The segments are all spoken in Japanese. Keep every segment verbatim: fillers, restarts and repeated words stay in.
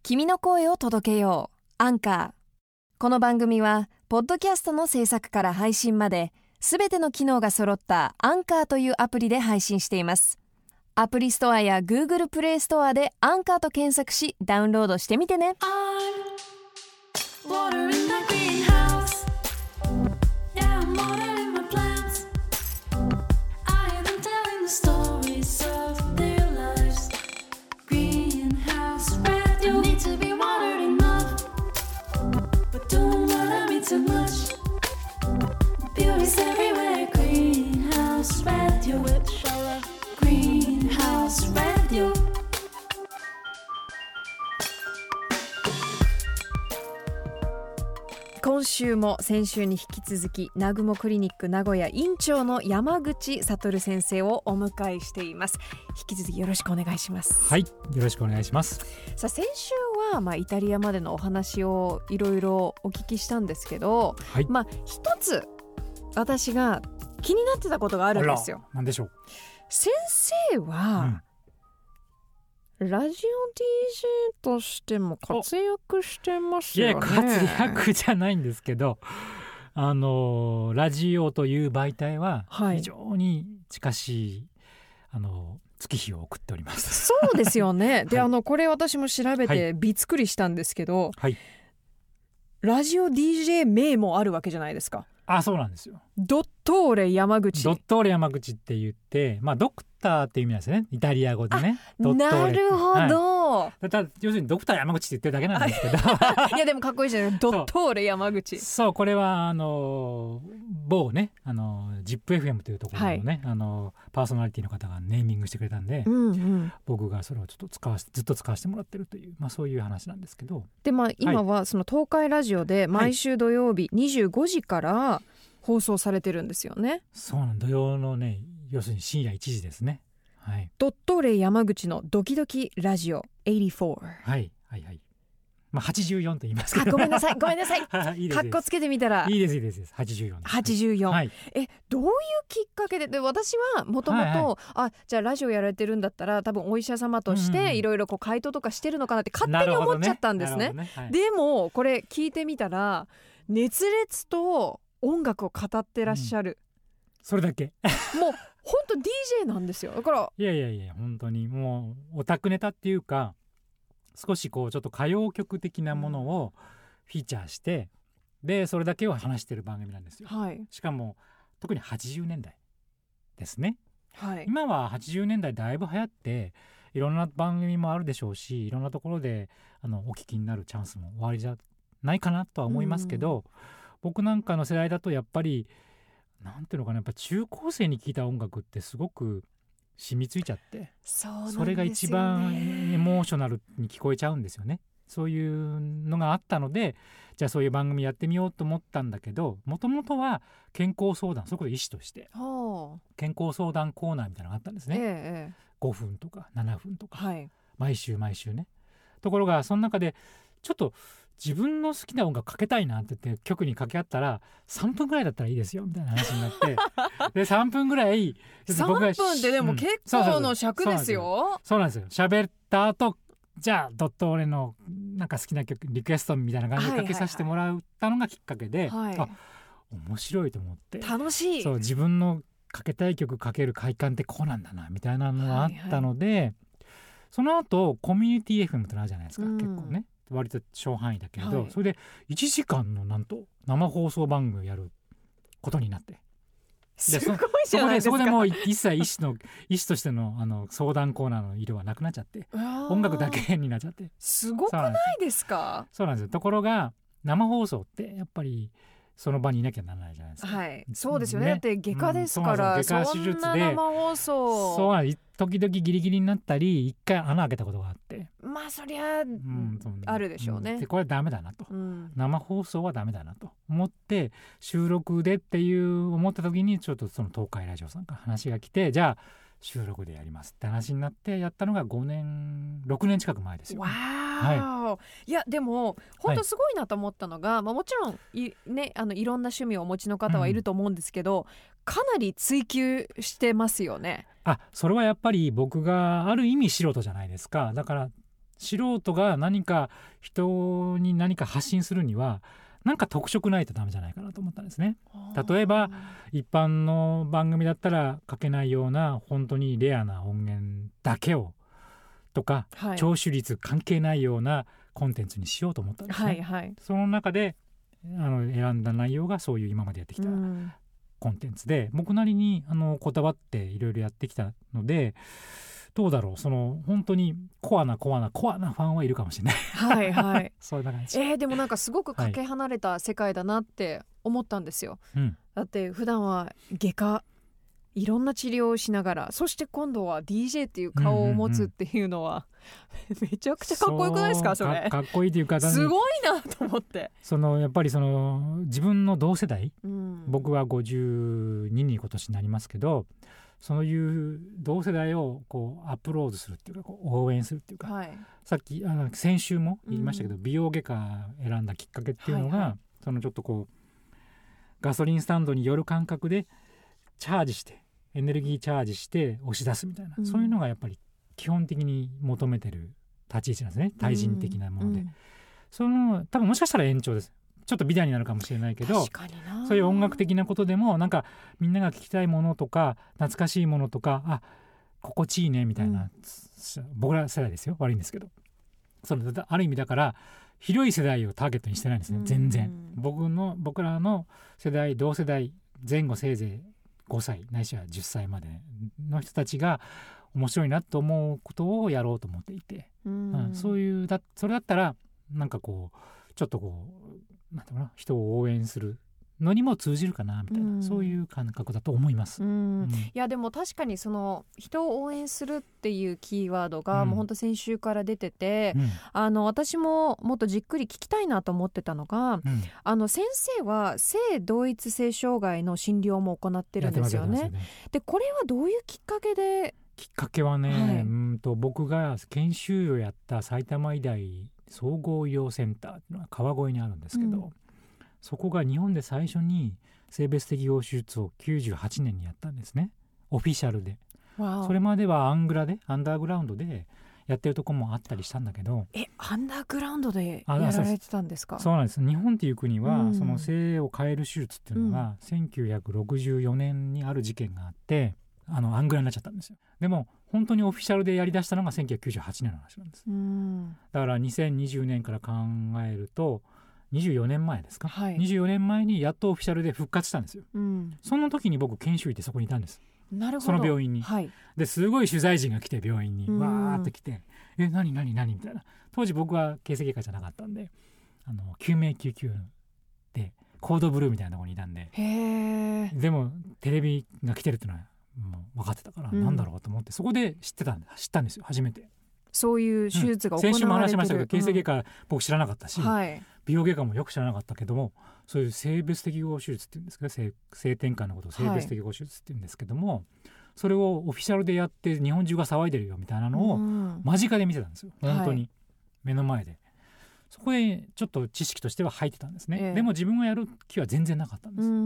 君の声を届けようアンカー。この番組はポッドキャストの制作から配信まで、すべての機能が揃ったアンカーというアプリで配信しています。アプリストアや Google プレイストアでアンカーと検索し、ダウンロードしてみてね。今週も先週に引き続き、南雲クリニック名古屋院長の山口悟先生をお迎えしています。引き続きよろしくお願いします。 はい、よろしくお願いします。 さあ、先週は、まあ、イタリアまでのお話をいろいろお聞きしたんですけど、はい、まあ、一つ私が気になってたことがあるんですよ。 何でしょう。 先生は、うん、ラジオ ディージェー としても活躍してますよね。 いや、活躍じゃないんですけど、あのラジオという媒体は非常に近しい、はい、あの月日を送っております。 そうですよね。で、はい、あのこれ私も調べてびっくりしたんですけど、はい、ラジオ ディージェー 名もあるわけじゃないですか。 あ、そうなんですよ。 ドットーレ山口。 ドットーレ山口って言って、まあ、ドクターっていう意味なんですよね、イタリア語でね。ドットーレ。 なるほど、はい、 だ要するにドクター山口って言ってるだけなんですけどいやでもかっこいいじゃない。ドットーレ山口。 そう、そう、これはあの某ね、あの ジップエフエム というところのね、はい、あのパーソナリティの方がネーミングしてくれたんで、うんうん、僕がそれをちょっと使わせずっと使わせてもらってるという、まあ、そういう話なんですけど、 で、まあ、今はその東海ラジオで毎週土曜日にじゅうごじから放送されてるんですよね。 そうなん、土曜のね、要するに深夜いちじですね。はい、 ドットーレ山口のドキドキラジオはちじゅうよん。 はいはいはい。まあ、はちじゅうよんと言いますけど。 あ、ごめんなさいごめんなさいいいです、 カッコつけてみたらいいですいいですはちじゅうよんです。 はちじゅうよん、 はい、 え、どういうきっかけで。で、私はもともとあ、じゃあラジオやられてるんだったら多分お医者様としていろいろ回答とかしてるのかなって勝手に思っちゃったんですね。 ね、はい、 でもこれ聞いてみたら熱烈と音楽を語ってらっしゃる、 うん、それだけもう本当 ディージェー なんですよ。だからいやいやいや、本当にもうオタクネタっていうか、少しこうちょっと歌謡曲的なものをフィーチャーして、うん、でそれだけを話してる番組なんですよ、はい、しかも特にはちじゅうねんだいですね、はい、今ははちじゅうねんだいだいぶ流行って、いろんな番組もあるでしょうし、いろんなところであのお聞きになるチャンスも終わりじゃないかなとは思いますけど、うん、僕なんかの世代だとやっぱりなんていうのかな、やっぱ中高生に聴いた音楽ってすごく染みついちゃって、 そうなんですよね。 それが一番エモーショナルに聞こえちゃうんですよね。そういうのがあったので、じゃあそういう番組やってみようと思ったんだけど、もともとは健康相談、そこで医師として健康相談コーナーみたいなのがあったんですね、ええ、ごふんとかななふんとか、はい、毎週毎週ね。ところがその中でちょっと自分の好きな音楽かけたいなって言って局に掛け合ったら、さんぷんぐらいだったらいいですよみたいな話になってでさんぷんぐらいさんぷんってでも結構の尺ですよ。 そうなんですよ。喋った後、じゃあドット俺のなんか好きな曲リクエストみたいな感じでかけさせてもらったのがきっかけで、はいはいはい、あ、面白いと思って、 楽しい。 そう、自分のかけたい曲かける快感ってこうなんだなみたいなのがあったので、はいはい、その後コミュニティ エフエム ってのあるじゃないですか、うん、結構ね割と小範囲だけれど、はい、それでいちじかんのなんと生放送番組をやることになって、 すごいじゃないですか。 そこでそこでもう一切医師の医師としての、あの相談コーナーの色はなくなっちゃって、音楽だけになっちゃって、 すごくないですか。 そうなんですよ。ところが生放送ってやっぱりその場にいなきゃならないじゃないですか。 はい、そうですよね。だって外科ですから、うん、 外科手術でそんな生放送、 そうなんです。時々ギリギリになったり、一回穴開けたことがあって、 まあそりゃ、うん、あるでしょうね、 うん、でこれはダメだなと、うん、生放送はダメだなと思って、収録でっていう思った時にちょっとその東海ラジオさんから話が来て、じゃあ収録でやりますって話になってやったのがごねんろくねん近く前ですよ、ね。 わー、はい、いやでも本当すごいなと思ったのが、はい、まあ、もちろん い,、ね、あのいろんな趣味をお持ちの方はいると思うんですけど、うん、かなり追求してますよね。 あ、それはやっぱり僕がある意味素人じゃないですか。だから素人が何か人に何か発信するにはなんか特色ないとダメじゃないかなと思ったんですね。例えば一般の番組だったら書けないような本当にレアな音源だけをとか、はい、聴取率関係ないようなコンテンツにしようと思ったんですね、はいはい、その中であの選んだ内容がそういう今までやってきたコンテンツで、僕なりにあのこだわっていろいろやってきたので、どうだろう、その本当にコアなコアなコアなファンはいるかもしれないはいはいそういう感じ。 えー、でもなんかすごくかけ離れた世界だなって思ったんですよ、はい、だって普段は外科いろんな治療をしながら、そして今度は ディージェー っていう顔を持つっていうのは、うんうんうん、めちゃくちゃかっこよくないですか？それ か, かっこいいというかすごいなと思って、 そのやっぱりその自分の同世代、うん、僕はごじゅうにに今年になりますけど、そういう同世代をこうアプロードするっていうか、こう応援するっていうか、はい、さっきあの先週も言いましたけど、うん、美容外科選んだきっかけっていうのが、はいはい、そのちょっとこうガソリンスタンドに寄る感覚でチャージしてエネルギーチャージして押し出すみたいな、うん、そういうのがやっぱり基本的に求めてる立ち位置なんですね、対人的なもので、うんうん、その多分もしかしたら延長です。ちょっと美談になるかもしれないけど、そういう音楽的なことでもなんかみんなが聴きたいものとか懐かしいものとか、あ心地いいねみたいな、うん、僕ら世代ですよ、悪いんですけど、そのある意味だから広い世代をターゲットにしてないんですね、全然。僕の僕らの世代、同世代前後、せいぜいごさいないしはじゅっさいまでの人たちが面白いなと思うことをやろうと思っていて、うんうん、そういうだそれだったらなんかこうちょっとこうなんていうかな、人を応援するのにも通じるかなみたいな、うん、そういう感覚だと思います、うんうん、 いやでも確かにその人を応援するっていうキーワードがもう本当先週から出てて、うん、あの私ももっとじっくり聞きたいなと思ってたのが、うん、あの先生は性同一性障害の診療も行ってるんですよね。でこれはどういうきっかけで？ きっかけはね、はい、うんと僕が研修をやった埼玉医大総合医療センターっていうのは川越にあるんですけど、うん、そこが日本で最初に性別適合手術をきゅうじゅうはちねんにやったんですね、オフィシャルで。それまではアングラでアンダーグラウンドでやってるとこもあったりしたんだけど。 えアンダーグラウンドでやられてたんですか？ そうなんです。日本っていう国は、うん、その性を変える手術っていうのが、うん、せんきゅうひゃくろくじゅうよねんにある事件があってあのアングラになっちゃったんですよ。でも本当にオフィシャルでやりだしたのがせんきゅうひゃくきゅうじゅうはちねんの話なんです。うんだからにせんにじゅうねんから考えるとにじゅうよねんまえですか、はい、にじゅうよねんまえにやっとオフィシャルで復活したんですよ、うん、その時に僕研修医ってそこにいたんです。 なるほど。 その病院に、はい、ですごい取材陣が来て病院にわーって来て、え何何何みたいな。当時僕は形成外科じゃなかったんであの救命救急でコードブルーみたいなところにいたんで、へでもテレビが来てるっていうのはもう分かってたから、うん、なんだろうと思ってそこで知ってたんで知ったんですよ初めて。 そういう手術が行われてる、うん、 先週も話しましたけど形成外科、うん、僕知らなかったし、はい、美容外科もよく知らなかったけども、そういう性別適合手術っていうんですか、性, 性転換のことを性別適合手術っていうんですけども、はい、それをオフィシャルでやって日本中が騒いでるよみたいなのを間近で見てたんですよ、うん、本当に、はい、目の前で。そこでちょっと知識としては入ってたんですね、えー、でも自分がやる気は全然なかったんです、うん、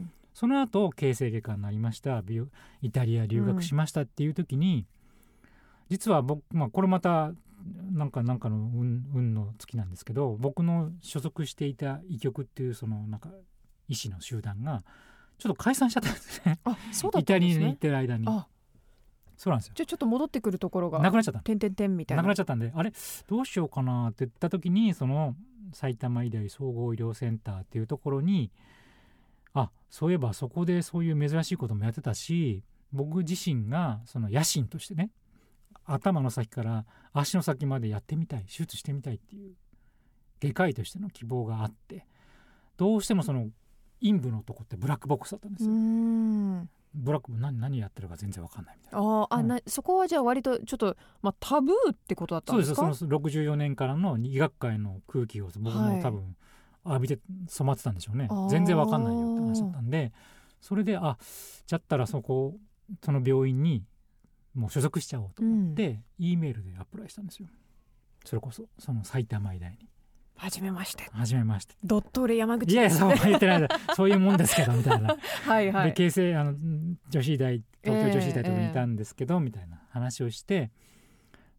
その後形成外科になりました、イタリア留学しましたっていう時に、うん、実は僕、まあ、これまたなんかなんかの 運, 運の月なんですけど、僕の所属していた医局っていうそのなんか医師の集団がちょっと解散しちゃったんですね。 あ、そうだったんですね。 イタリアに行ってる間に。あ、そうなんですよ。 じゃあちょっと戻ってくるところがなくなっちゃった。 点々点みたいな。 なくなっちゃったんで、あれどうしようかなって言った時に、その埼玉医大総合医療センターっていうところに、あ、そういえばそこでそういう珍しいこともやってたし、僕自身がその野心としてね、頭の先から足の先までやってみたい、手術してみたいっていう外科医としての希望があって、どうしてもその陰部のとこってブラックボックスだったんですよ。うーん、ブラックボックス 何, 何やってるか全然分かんないみたいな。ああ、うん、なそこはじゃあ割とちょっと、まあ、タブーってことだったんですか？ そうです。そのろくじゅうよねんからの医学界の空気を僕も多分浴びて染まってたんでしょうね、はい、全然分かんないよって話だったんで、それであじゃったらそこその病院にもう所属しちゃおうと思って、うん、E メールでアプライしたんですよ。それこそその埼玉医大に。 はじめまして。 はじめまして。 ドットレ山口です。いや、そう言ってないそういうもんですけどみたいなはいはい。 で形成あの女子医大東京女子医大とかにいたんですけど、えー、みたいな話をして、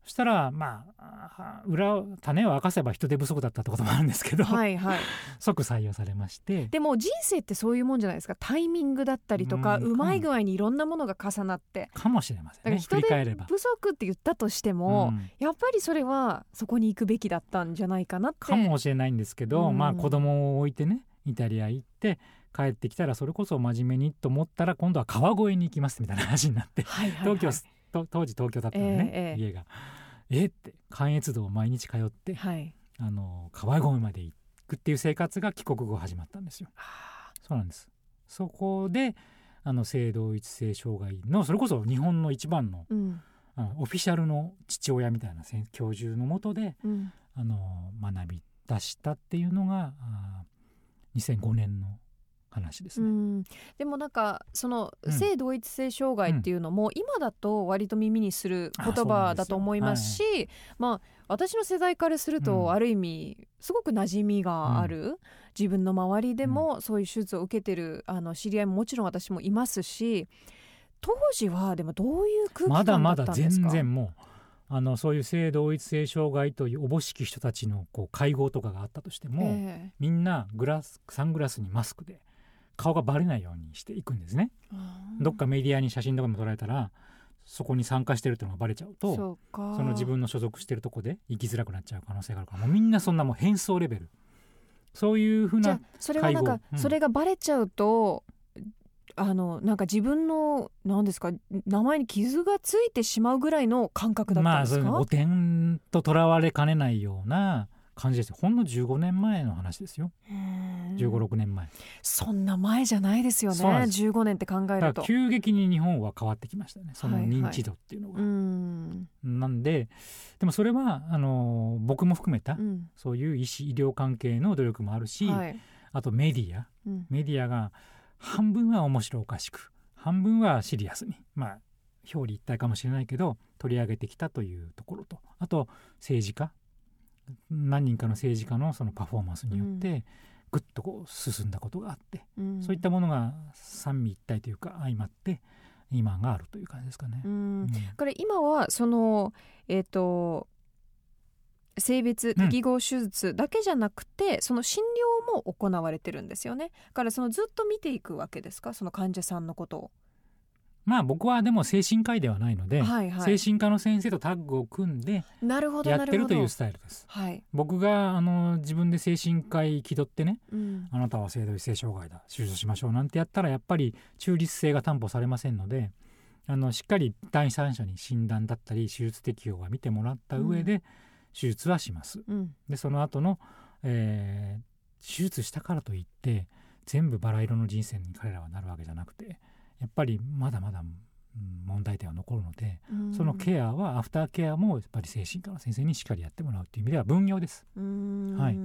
そしたらまあ裏種を明かせば人手不足だったってこともあるんですけど、はいはい、即採用されまして。 でも人生ってそういうもんじゃないですか。タイミングだったりとか、うまい具合にいろんなものが重なってかもしれませんね。振り返れば人手不足って言ったとしても、うん、やっぱりそれはそこに行くべきだったんじゃないかなってかもしれないんですけど、うん、まあ子供を置いてねイタリア行って帰ってきたらそれこそ真面目にと思ったら今度は川越に行きますみたいな話になって、はいはいはい、東京当時東京だったのね、えー、家がえって関越道を毎日通って、はい、あの川越まで行くっていう生活が帰国後始まったんですよ。そうなんです。そこであの性同一性障害のそれこそ日本の一番の、うん、あのオフィシャルの父親みたいな教授のもとで、うん、あの学び出したっていうのがにせんごねんの話ですね。うん、 でもなんかその性同一性障害っていうのも今だと割と耳にする言葉だと思いますし、はい、まあ私の世代からするとある意味すごく馴染みがある、うん、自分の周りでもそういう手術を受けてるあの知り合いももちろん私もいますし、当時はでもどういう空気感だったんですか？まだまだ全然もうあのそういう性同一性障害というおぼしき人たちのこう会合とかがあったとしても、えー、みんなグラスサングラスにマスクで顔がバレないようにしていくんですね。どっかメディアに写真とかも撮られたらそこに参加してるっていうのがバレちゃうと そ, その自分の所属してるとこで生きづらくなっちゃう可能性があるから、もうみんなそんなもう変装レベル、そういうふうな会合。じゃあそれはなんか、 うん、それがバレちゃうとあのなんか自分の何ですか名前に傷がついてしまうぐらいの感覚だったんですか？ まあ、お点ととらわれかねないような感じですよ。ほんのじゅうごねんまえの話ですよ。じゅうご、ろくねんまえ。 そんな前じゃないですよね。じゅうごねんって考えるとだから急激に日本は変わってきましたね、その認知度っていうのが、はいはい、うんなんででもそれはあの僕も含めた、うん、そういう医師医療関係の努力もあるし、はい、あとメディア、うん、メディアが半分は面白おかしく半分はシリアスに、まあ表裏一体かもしれないけど取り上げてきたというところと、あと政治家何人かの政治家のそのパフォーマンスによってぐっとこう進んだことがあって、うん、そういったものが三位一体というか相まって今があるという感じですかね。うんうん、これ今はその、えーと、性別適合手術だけじゃなくて、うん、その診療も行われてるんですよね。だからそのずっと見ていくわけですか、その患者さんのことを。 まあ僕はでも精神科医ではないので、はいはい、精神科の先生とタッグを組んでやってるというスタイルです。はい、僕があの自分で精神科医気取ってね、うん、あなたは性同一性障害だ手術しましょうなんてやったらやっぱり中立性が担保されませんので、あのしっかり第三者に診断だったり手術適用が見てもらった上で手術はします、うん、でその後の、えー、手術したからといって全部バラ色の人生に彼らはなるわけじゃなくて、やっぱりまだまだ問題点は残るので、そのケアはアフターケアもやっぱり精神科の先生にしっかりやってもらうという意味では分業です。うーん、はい、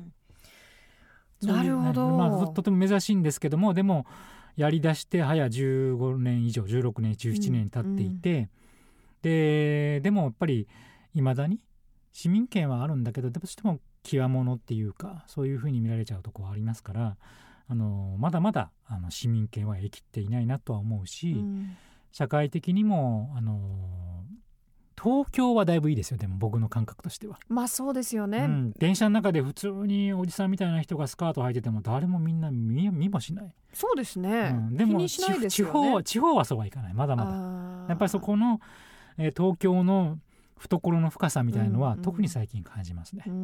なるほど、 まあ、とても珍しいんですけども、でもやりだして早じゅうごねん以上じゅうろくねんじゅうななねん経っていて、うんうん、で, でもやっぱりいまだに市民権はあるんだけどどうしても極物っていうかそういうふうに見られちゃうところはありますから、あのまだまだあの市民権は得きっていないなとは思うし、うん、社会的にもあの東京はだいぶいいですよ。でも僕の感覚としてはまあそうですよね、うん、 電車の中で普通におじさんみたいな人がスカート履いてても誰もみんな 見, 見もしない。 そうですね、うん、 でも気にしないですよね。 地方は地方はそうはいかない。まだまだやっぱりそこの、えー、東京の懐の深さみたいのは、うんうん、特に最近感じますね。うん、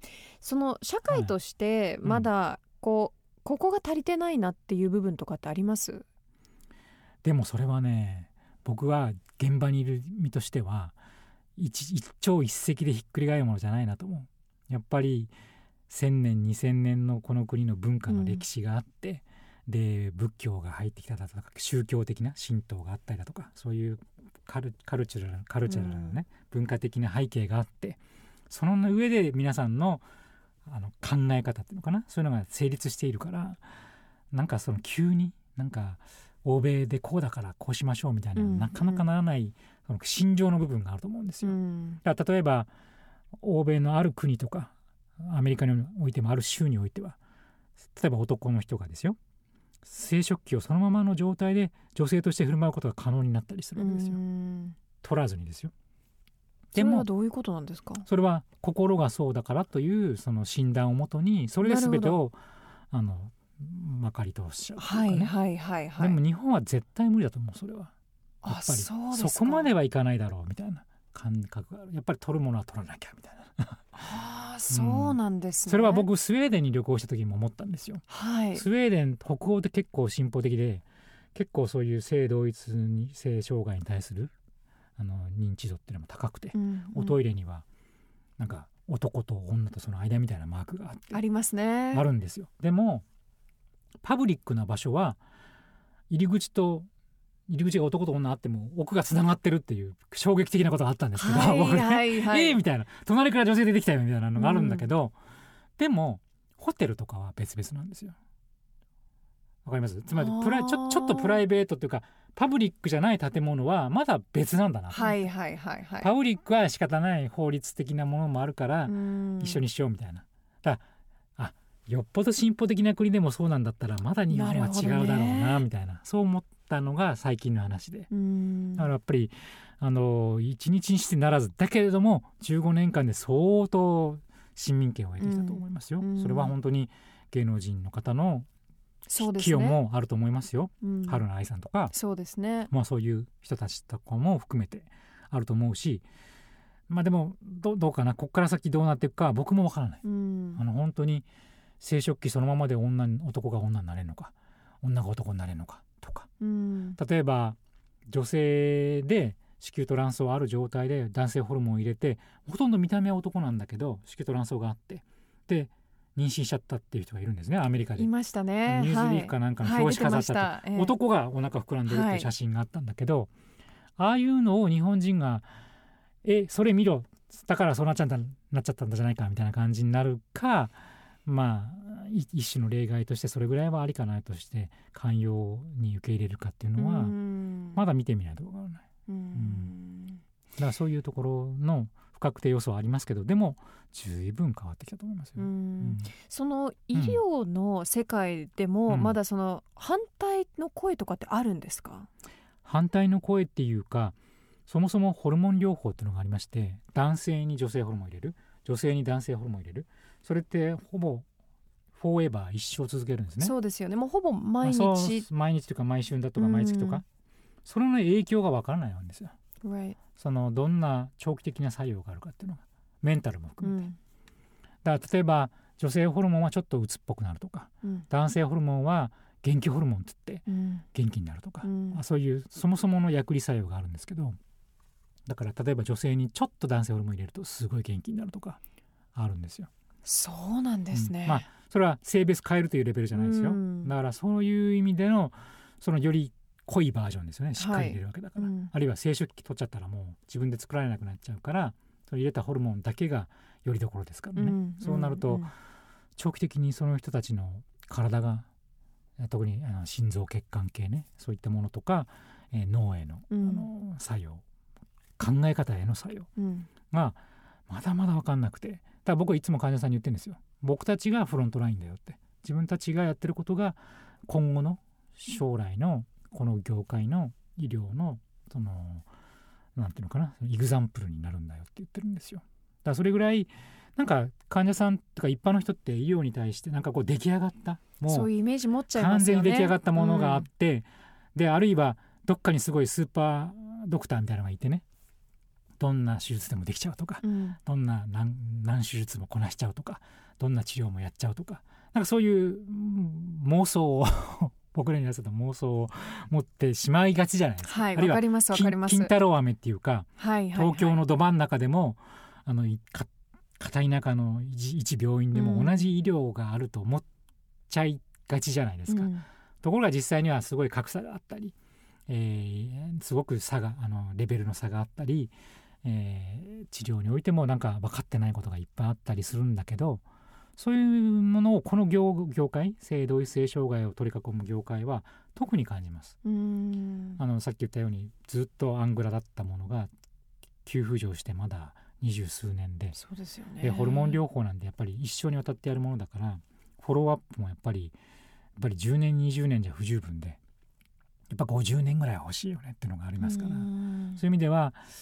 その社会としてまだこう、うんここが足りてないなっていう部分とかってあります？ でもそれはね、僕は現場にいる身としては 一, 一朝一夕でひっくり返るものじゃないなと思う。やっぱりせんねんにせんねんのこの国の文化の歴史があって、うん、で仏教が入ってきただとか宗教的な神道があったりだとかそういうカ ル, カルチュラルカルチュラルなね、うん、文化的な背景があって、その上で皆さんのあの考え方っていうのかな、そういうのが成立しているから、なんかその急になんか欧米でこうだからこうしましょうみたいな、うん、なかなかならない、その心情の部分があると思うんですよ、うん、だから例えば欧米のある国とかアメリカにおいてもある州においては、例えば男の人がですよ生殖器をそのままの状態で女性として振る舞うことが可能になったりするわけですよ、うん、取らずにですよ。 でもそれはどういうことなんですか？ それは心がそうだからというその診断をもとにそれで全てをあのまかり通しちゃう、ね、 はいはいはいはい。 でも日本は絶対無理だと思う。それはやっぱりそ, うですかそこまではいかないだろうみたいな感覚がある。やっぱり取るものは取らなきゃみたいなあそうなんですね、 うん、それは僕スウェーデンに旅行した時にも思ったんですよ、 はい、 スウェーデン北欧って結構進歩的で結構そういう性同一性障害に対するあの認知度っていうのも高くて、うんうん、おトイレにはなんか男と女とその間みたいなマークがあってありますね。 あるんですよ。でもパブリックな場所は入り口と入り口が男と女あっても奥がつながってるっていう衝撃的なことがあったんですけど、 はいはいはい、 えーみたいな隣から女性出てきたよみたいなのがあるんだけど、うん、でもホテルとかは別々なんですよ。わかります？つまりプラちょ、ちょっとプライベートっていうかパブリックじゃない建物はまだ別なんだなと思って、 はいはいはいはい、 パブリックは仕方ない法律的なものもあるから一緒にしようみたいな。だからあよっぽど進歩的な国でもそうなんだったらまだ日本は違うだろうなみたいな、そう思ったのが最近の話で、 うんだからやっぱりあの一日にしてならずだけれどもじゅうごねんかんで相当市民権を得てきたと思いますよ、うん、それは本当に芸能人の方の起用もあると思いますよ、うん、春菜愛さんとかそうですね、 まあ、そういう人たちとかも含めてあると思うし、まあでも ど, どうかなここから先どうなっていくか僕もわからない、うん、あの本当に生殖器そのままで女男が女になれるのか女が男になれるのかとか、うん、例えば女性で子宮と卵巣ある状態で男性ホルモンを入れてほとんど見た目は男なんだけど子宮と卵巣があってで妊娠しちゃったっていう人がいるんですね。アメリカでいましたね。 ニューズウィークかなんかの表紙飾ったって、はいはいえー、男がお腹膨らんでるっていう写真があったんだけど、はい、ああいうのを日本人がえそれ見ろだからそうなっちゃったなっちゃったんじゃないかみたいな感じになるか、まあ一種の例外としてそれぐらいはありかなとして寛容に受け入れるかっていうのはまだ見てみないと分からない。うんうん、だからそういうところの不確定要素はありますけどでも十分変わってきたと思いますよ、うんうん、 その医療の世界でもまだその反対の声とかってあるんですか？うん、 反対の声っていうかそもそもホルモン療法っていうのがありまして男性に女性ホルモンを入れる女性に男性ホルモンを入れるそれってほぼフォーエバー一生続けるんですね。 そうですよね。もうほぼ毎日、 まあ、毎日とか毎週だとか毎月とか、うん、それの影響がわからないわけですよ、 right. そのどんな長期的な作用があるかっていうのがメンタルも含めて、うん、だから例えば女性ホルモンはちょっと鬱っぽくなるとか、うん、男性ホルモンは元気ホルモンって言って元気になるとか、うん、そういうそもそもの薬理作用があるんですけどだから例えば女性にちょっと男性ホルモン入れるとすごい元気になるとかあるんですよ。 そうなんですね、 うん、まあそれは性別変えるというレベルじゃないですよ、うん、だからそういう意味でのそのより濃いバージョンですよね。しっかり入れるわけだから、はいうん、あるいは生殖器取っちゃったらもう自分で作られなくなっちゃうからそれ入れたホルモンだけがよりどころですからね、うん、そうなると、うん、長期的にその人たちの体が特にあの心臓血管系ねそういったものとか、えー、脳への、うん、あの作用考え方への作用がまだまだ分かんなくてだから僕はいつも患者さんに言ってるんですよ。僕たちがフロントラインだよって自分たちがやってることが今後の将来のこの業界の医療のそのなんていうのかなイグザンプルになるんだよって言ってるんですよ。だからそれぐらいなんか患者さんとか一般の人って医療に対してなんかこう出来上がったもうそういうイメージ持っちゃいますよね。 完全に出来上がったものがあって、うん、であるいはどっかにすごいスーパードクターみたいなのがいてねどんな手術でもできちゃうとか、うん、どんな 何, 何手術もこなしちゃうとかどんな治療もやっちゃうとかなんかそういう妄想を僕らにやってた妄想を持ってしまいがちじゃないですか。 はい、わかりますわかります。 金太郎飴っていうか、 はいはいはい、 東京のど真ん中でもあのか片田舎の一病院でも同じ医療があると思っちゃいがちじゃないですか、うん、ところが実際にはすごい格差があったり、えー、すごく差があのレベルの差があったり、えー、治療においてもなんか分かってないことがいっぱいあったりするんだけどそういうものをこの 業, 業界性同一性障害を取り囲む業界は特に感じます。うーんあのさっき言ったようにずっとアングラだったものが急浮上してまだ二十数年で、 そうですよね。 でホルモン療法なんでやっぱり一生にわたってやるものだからフォローアップもやっぱりやっぱりじゅうねんにじゅうねんじゃ不十分でやっぱごじゅうねんぐらいは欲しいよねっていうのがありますからそういう意味では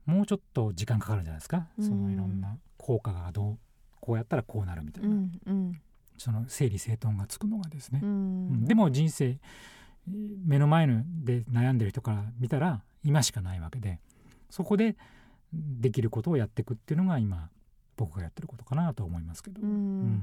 もうちょっと時間かかるんじゃないですか、 うん、 そのいろんな効果がどうこうやったらこうなるみたいな、 うんうん、 その整理整頓がつくのがですね、 うんうん、 でも人生目の前ので悩んでる人から見たら今しかないわけで、そこでできることをやっていくっていうのが今僕がやってることかなと思いますけど、 うんうん、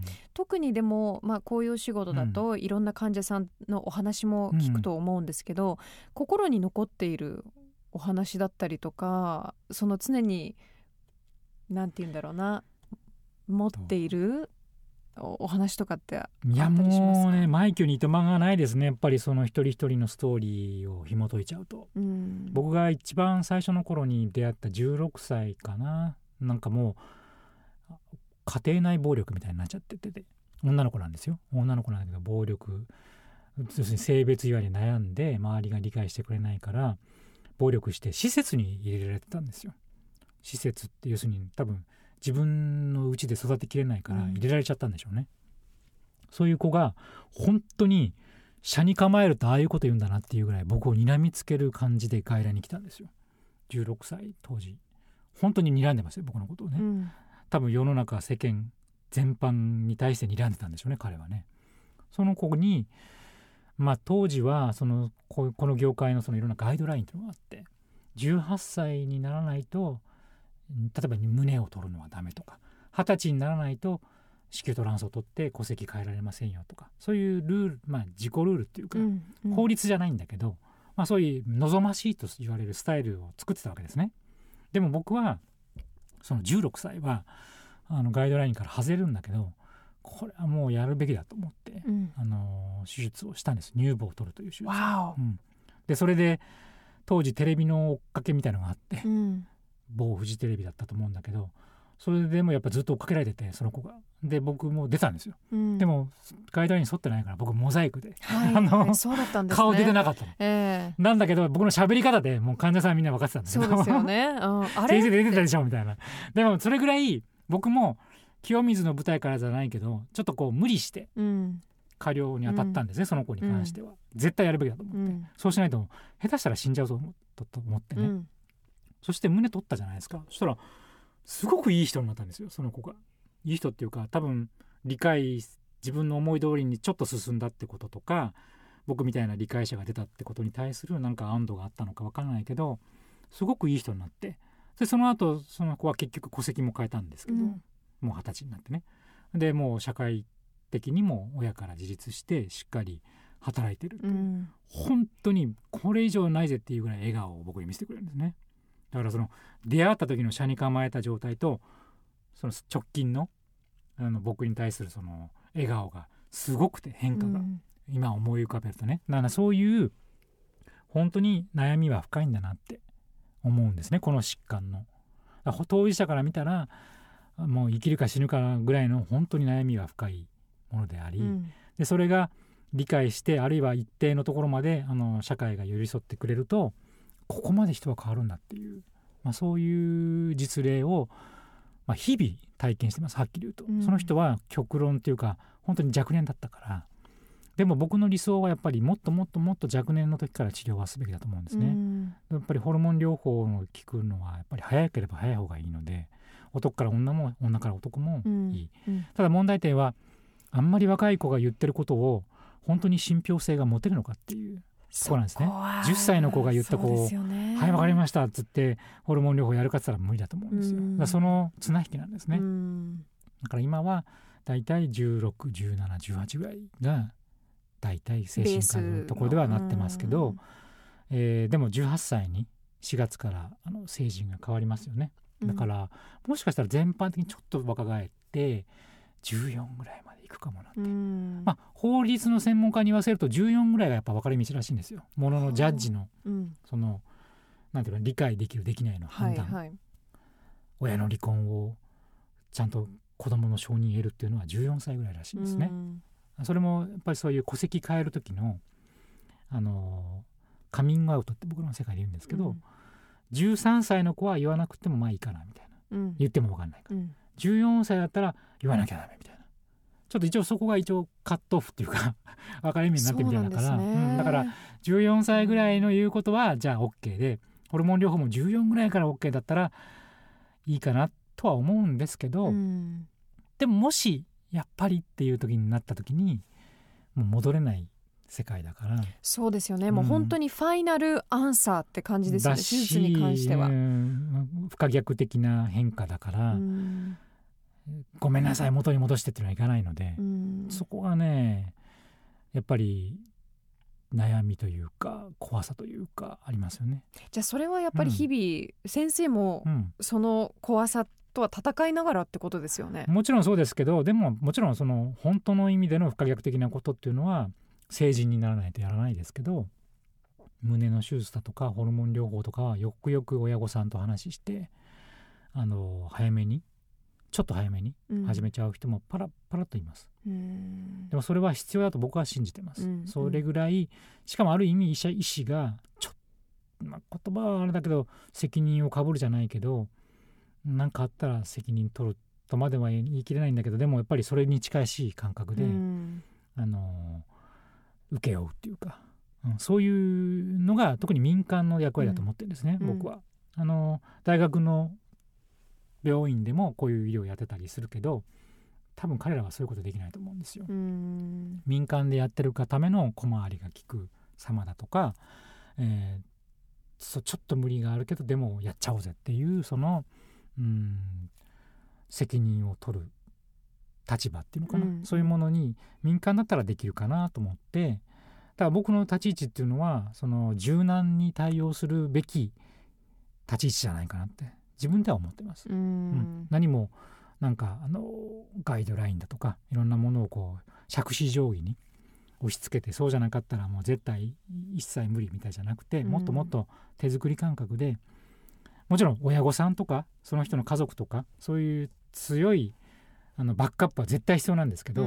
特にでも、まあ、こういう仕事だといろんな患者さんのお話も聞くと思うんですけど、うん、心に残っているお話だったりとか、その常になんて言うんだろうな、持っているお話とかってあったりしますか？ いやもうね、枚挙にいとまがないですね。やっぱりその一人一人のストーリーを紐解いちゃうと、うん、僕が一番最初の頃に出会ったじゅうろくさいかな、なんかもう家庭内暴力みたいになっちゃってて、女の子なんですよ。女の子なんだけど暴力、要するに性別違和に悩んで周りが理解してくれないから暴力して施設に入れられてたんですよ。施設って要するに多分自分の家で育てきれないから入れられちゃったんでしょうね、うん、そういう子が本当に車に構えるとああいうこと言うんだなっていうぐらい僕を睨みつける感じで外来に来たんですよ。じゅうろくさい当時本当に睨んでますよ、僕のことをね、うん、多分世の中世間全般に対して睨んでたんでしょうね、彼はね。その子にまあ当時はその こ, この業界のそのいろんなガイドラインというのがあって、じゅうはっさいにならないと例えば胸を取るのはダメとか、はたちにならないと子宮と卵巣を取って戸籍変えられませんよとか、そういうルール、まあ自己ルールっていうか、うんうん、法律じゃないんだけど、まあ、そういう望ましいと言われるスタイルを作ってたわけですね。でも僕はそのじゅうろくさいはあのガイドラインから外れるんだけど、これはもうやるべきだと思って、うん、あの手術をしたんです。乳房を取るという手術、うん、でそれで当時テレビの追っかけみたいなのがあって、うん、某フジテレビだったと思うんだけど、それでもやっぱずっと追っかけられてて、その子がで僕も出たんですよ、うん、でもガイドラインに沿ってないから僕モザイクで、 はい、あの、はい、そうだったんですね、 顔出てなかったの、 えー、 なんだけど僕の喋り方でもう患者さんみんな分かってたんですよ。 そうですよね、うん、あれ先生出てたでしょみたいな。でもそれぐらい僕も清水の舞台からじゃないけどちょっとこう無理して過料に当たったんですね、うん、その子に関しては、うん、絶対やるべきだと思って、うん、そうしないと下手したら死んじゃうぞと思ってね、うん、そして胸取ったじゃないですか。そしたらすごくいい人になったんですよ、その子が。いい人っていうか多分理解、自分の思い通りにちょっと進んだってこととか、僕みたいな理解者が出たってことに対するなんか安堵があったのか分からないけど、すごくいい人になって、でその後その子は結局戸籍も変えたんですけど、うん、もう二十歳になってね、でもう社会的にも親から自立してしっかり働いてるという、うん、本当にこれ以上ないぜっていうぐらい笑顔を僕に見せてくれるんですね。だからその出会った時の車に構えた状態とその直近 の, あの僕に対するその笑顔がすごくて変化が、うん、今思い浮かべるとね、だからそういう本当に悩みは深いんだなって思うんですね、この疾患の。当事者から見たらもう生きるか死ぬかぐらいの本当に悩みは深いものであり、うん、でそれが理解して、あるいは一定のところまであの社会が寄り添ってくれるとここまで人は変わるんだっていう、まあ、そういう実例を、まあ、日々体験してます。はっきり言うと、うん、その人は極論っていうか本当に若年だったから。でも僕の理想はやっぱりもっともっともっと若年の時から治療はすべきだと思うんですね、うん、やっぱりホルモン療法の効くのはやっぱり早ければ早い方がいいので、男から女も女から男もいい、うんうん、ただ問題点はあんまり若い子が言ってることを本当に信憑性が持てるのかっていうところなんですね。じゅっさいの子が言った子を、ね、はい分かりましたっつってホルモン療法やるかって言ったら無理だと思うんですよ、うん、だからその綱引きなんですね、うん、だから今はだいたいじゅうろく、じゅうなな、じゅうはちぐらいがだいたい精神科のところではなってますけど、えー、でもじゅうはっさいにしがつからあの成人が変わりますよね。だから、うん、もしかしたら全般的にちょっと若返ってじゅうよんぐらいまでいくかもなって、うん、まあ、法律の専門家に言わせるとじゅうよんぐらいがやっぱ分かれ道らしいんですよ。もののジャッジの、うん、そのなんていうか理解できるできないの判断、はいはい、親の離婚をちゃんと子供の承認を得るっていうのはじゅうよんさいぐらいらしいんですね、うん、それもやっぱりそういう戸籍変える時のあのカミングアウトって僕らの世界で言うんですけど、うん、じゅうさんさいの子は言わなくてもまあいいかなみたいな、うん、言っても分かんないから、うん、じゅうよんさいだったら言わなきゃダメみたいな、ちょっと一応そこが一応カットオフっていうか分かれ目になってみたいだから、うん、だからじゅうよんさいぐらいの言うことはじゃあ OK で、 ホルモン療法もじゅうよんぐらいから OK だったらいいかなとは思うんですけど、うん、でももしやっぱりっていう時になった時にもう戻れない世界だから。 そうですよね、うん、もう本当にファイナルアンサーって感じですよね、手術に関しては。 うん、不可逆的な変化だから、うん、ごめんなさい元に戻してっていうのはいかないので、うん、そこがねやっぱり悩みというか怖さというかありますよね。 じゃあそれはやっぱり日々、うん、先生もその怖さとは戦いながらってことですよね。 もちろんそうですけど、でももちろんその本当の意味での不可逆的なことっていうのは成人にならないとやらないですけど、胸の手術だとかホルモン療法とかはよくよく親御さんと話して、あの早めにちょっと早めに始めちゃう人もパラパラといます、うん、でもそれは必要だと僕は信じてます、うん、それぐらい、しかもある意味医者医師がちょっと、まあ、言葉はあれだけど責任をかぶるじゃないけど、何かあったら責任取るとまでは言い切れないんだけど、でもやっぱりそれに近いしい感覚で、うん、あの請け負うっていうか、うん、そういうのが特に民間の役割だと思ってるんですね、うん、僕は。あの大学の病院でもこういう医療をやってたりするけど、多分彼らはそういうことできないと思うんですよ。うん、民間でやってるがための小回りが利く様だとか、えー、そちょっと無理があるけどでもやっちゃおうぜっていうその、うん、責任を取る立場っていうのかな、うん、そういうものに民間だったらできるかなと思って、だから僕の立ち位置っていうのはその柔軟に対応するべき立ち位置じゃないかなって自分では思ってます。うん、うん、何もなんかあのガイドラインだとかいろんなものをこう杓子定規に押し付けて、そうじゃなかったらもう絶対一切無理みたいじゃなくて、もっともっと手作り感覚で、もちろん親御さんとかその人の家族とかそういう強いあのバックアップは絶対必要なんですけど、うん、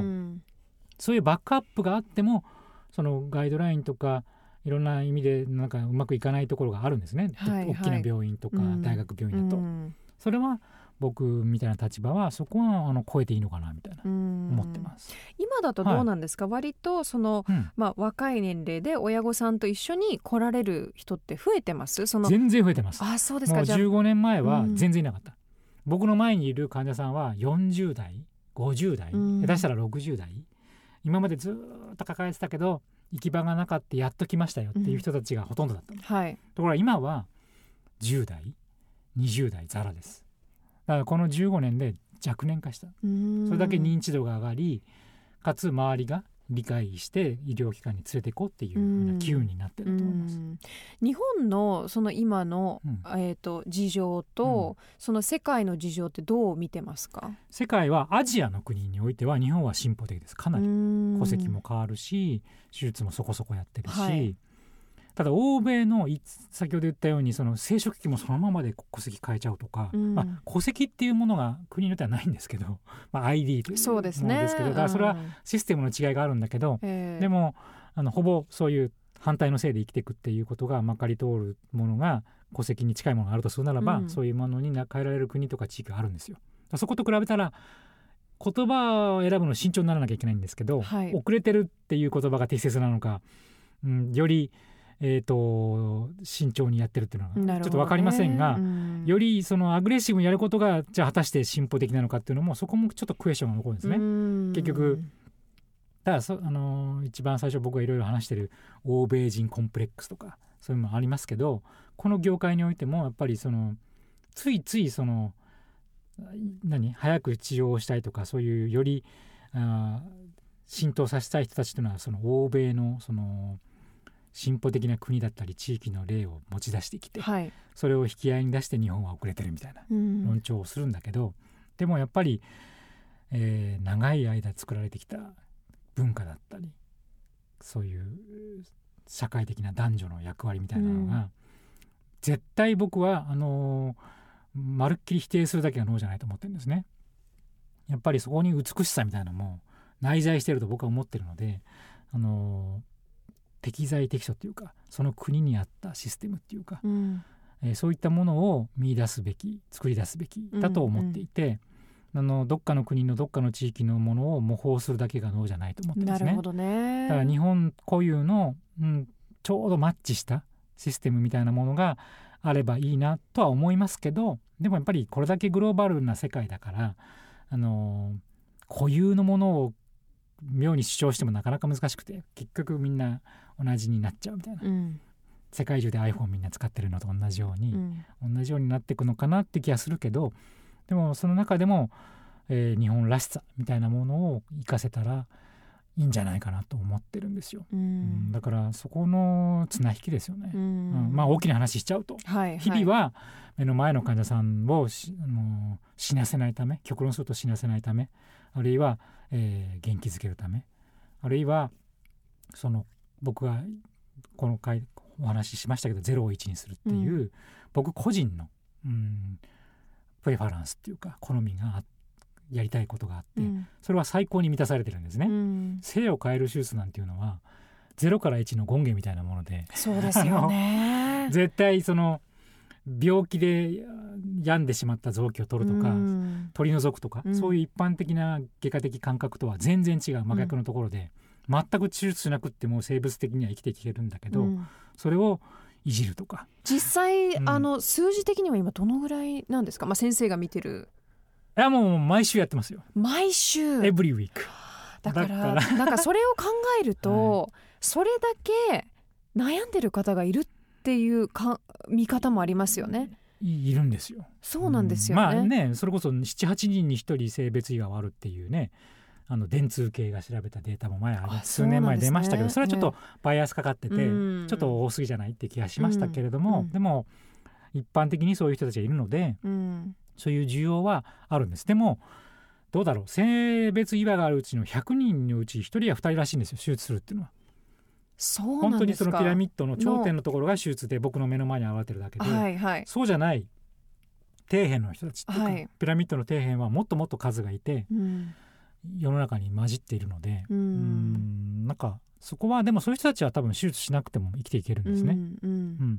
そういうバックアップがあってもそのガイドラインとかいろんな意味でなんかうまくいかないところがあるんですね、はいはい、大きな病院とか大学病院だと、うん、それは僕みたいな立場はそこはあの超えていいのかなみたいな思ってます。 今だとどうなんですか、はい、割とその、うんまあ、若い年齢で親御さんと一緒に来られる人って増えてます？その全然増えてます。 あ、そうですか。 もうじゅうごねんまえは全然いなかった、うん、僕の前にいる患者さんはよんじゅう代ごじゅう代、うん、下手したらろくじゅう代、今までずっと抱えてたけど行き場がなかったやっと来ましたよっていう人たちがほとんどだったの、うんはい、ところが今はじゅう代にじゅう代ザラです。だからこのじゅうごねんで若年化した。それだけ認知度が上がり、かつ周りが理解して医療機関に連れて行こうっていうような機運になってると思います。 日本のその今の、うんえーと、事情と、うん、その世界の事情ってどう見てますか？ 世界はアジアの国においては日本は進歩的です。かなり戸籍も変わるし手術もそこそこやってるし、はい、ただ欧米の先ほど言ったようにその生殖器もそのままで戸籍変えちゃうとか、うんまあ、戸籍っていうものが国によってはないんですけど、まあ、アイディー というものですけど、ね、だからそれはシステムの違いがあるんだけど、うん、でもあのほぼそういう反対のせいで生きていくっていうことがまかり通るものが戸籍に近いものがあるとするならば、うん、そういうものに変えられる国とか地域があるんですよ。そこと比べたら言葉を選ぶの慎重にならなきゃいけないんですけど、はい、遅れてるっていう言葉が適切なのか、うん、よりえー、と慎重にやってるっていうのはちょっと分かりませんが、うん、よりそのアグレッシブにやることがじゃあ果たして進歩的なのかっていうのもそこもちょっとクエスチョンが残るんですね、うん、結局だからそ、あのー、一番最初僕がいろいろ話してる欧米人コンプレックスとかそういうのもありますけど、この業界においてもやっぱりそのついついその何早く治療をしたいとかそういうよりあ浸透させたい人たちというのはその欧米のその進歩的な国だったり地域の例を持ち出してきて、はい、それを引き合いに出して日本は遅れてるみたいな論調をするんだけど、うん、でもやっぱり、えー、長い間作られてきた文化だったりそういう社会的な男女の役割みたいなのが、うん、絶対僕はあのー、まるっきり否定するだけがノーじゃないと思ってるんですね。やっぱりそこに美しさみたいなのも内在していると僕は思ってるので、あのー適材適所っていうかその国に合ったシステムっていうか、うんえー、そういったものを見出すべき作り出すべきだと思っていて、うんうん、あのどっかの国のどっかの地域のものを模倣するだけが能じゃないと思ってるんですね。 なるほどね。 だから日本固有の、うん、ちょうどマッチしたシステムみたいなものがあればいいなとは思いますけど、でもやっぱりこれだけグローバルな世界だから、あの固有のものを妙に主張してもなかなか難しくて、結局みんな同じになっちゃうみたいな、うん、世界中で iPhone みんな使ってるのと同じように、うん、同じようになっていくのかなって気がするけど、でもその中でも、えー、日本らしさみたいなものを活かせたらいいんじゃないかなと思ってるんですよ、うんうん、だからそこの綱引きですよね、うんうん、まあ大きな話しちゃうと、はいはい、日々は目の前の患者さんをしあの死なせないため、極論すると死なせないため、あるいは、えー、元気づけるため、あるいはその僕がこの回お話ししましたけどゼロをいちにするっていう、うん、僕個人の、うん、プレファランスっていうか好みがやりたいことがあって、うん、それは最高に満たされてるんですね、うん、性を変える手術なんていうのはゼロからいちの権限みたいなもので、 そうですよね絶対その病気で病んでしまった臓器を取るとか、うん、取り除くとか、うん、そういう一般的な外科的感覚とは全然違う真逆のところで、うん、全く手術しなくっても生物的には生きていけるんだけど、うん、それをいじるとか実際、うん、あの数字的には今どのぐらいなんですか、まあ、先生が見てる。 いやもう毎週やってますよ。 毎週 Every week だから、だからなんかそれを考えると、はい、それだけ悩んでる方がいるっていうか見方もありますよね。 い, いるんですよ。 そうなんですよね、 うん、まあね、それこそ ななはちにんにひとり性別違があるっていうね、あの電通系が調べたデータも前あり数年前出ましたけど、 そ, ね、それはちょっとバイアスかかってて、ね、ちょっと多すぎじゃないって気がしましたけれども、うん、でも一般的にそういう人たちがいるので、うん、そういう需要はあるんです。でもどうだろう、性別違和があるうちのひゃくにんのうちひとりやふたりらしいんですよ、手術するっていうのは。 そうなんですか。 本当にそのピラミッドの頂点のところが手術で僕の目の前に現れてるだけで、はいはい、そうじゃない底辺の人たちっていうか、はい、ピラミッドの底辺はもっともっと数がいて、うん、世の中に混じっているので、うん、うんなんかそこはでもそういう人たちは多分手術しなくても生きていけるんですね、うんうんうん、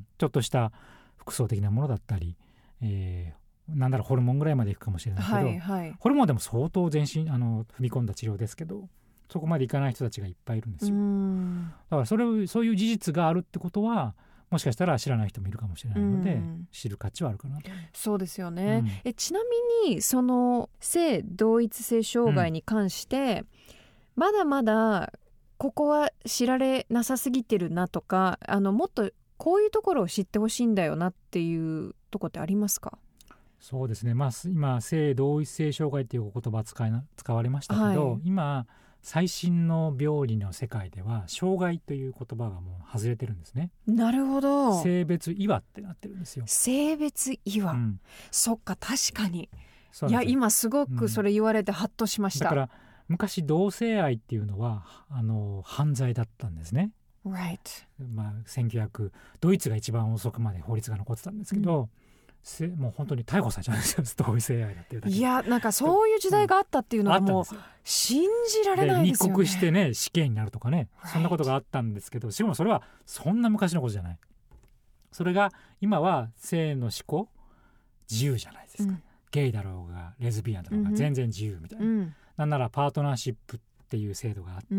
ちょっとした服装的なものだったり、えー、なんだろうホルモンぐらいまでいくかもしれないけど、はいはい、ホルモンでも相当全身あの踏み込んだ治療ですけど、そこまでいかない人たちがいっぱいいるんですよ。うんだからそれをそういう事実があるってことはもしかしたら知らない人もいるかもしれないので、知る価値はあるかなと。 そうですよね、うん、えちなみにその性同一性障害に関して、うん、まだまだここは知られなさすぎてるなとか、あのもっとこういうところを知ってほしいんだよなっていうところってありますか？ そうですね、まあ、今性同一性障害っていう言葉使いな使われましたけど、はい、今最新の病理の世界では障害という言葉がもう外れてるんですね。 なるほど。 性別違和ってなってるんですよ。 性別違和、うん、そっか確かに。いや今すごくそれ言われてハッとしました、 うん、だから昔同性愛っていうのはあの犯罪だったんですね、 right. まあ、せんきゅうひゃくドイツが一番遅くまで法律が残ってたんですけど、うんもう本当に逮捕されちゃうんですよ、同性愛だっていうだけ。 いやなんかそういう時代があったっていうのはもう信じられないですよね。 密告してね死刑になるとかね、そんなことがあったんですけど、しかもそれはそんな昔のことじゃない。それが今は性の思考自由じゃないですか、うん、ゲイだろうがレズビアンだろうが全然自由みたいな、うん、なんならパートナーシップっていう制度があって、うん、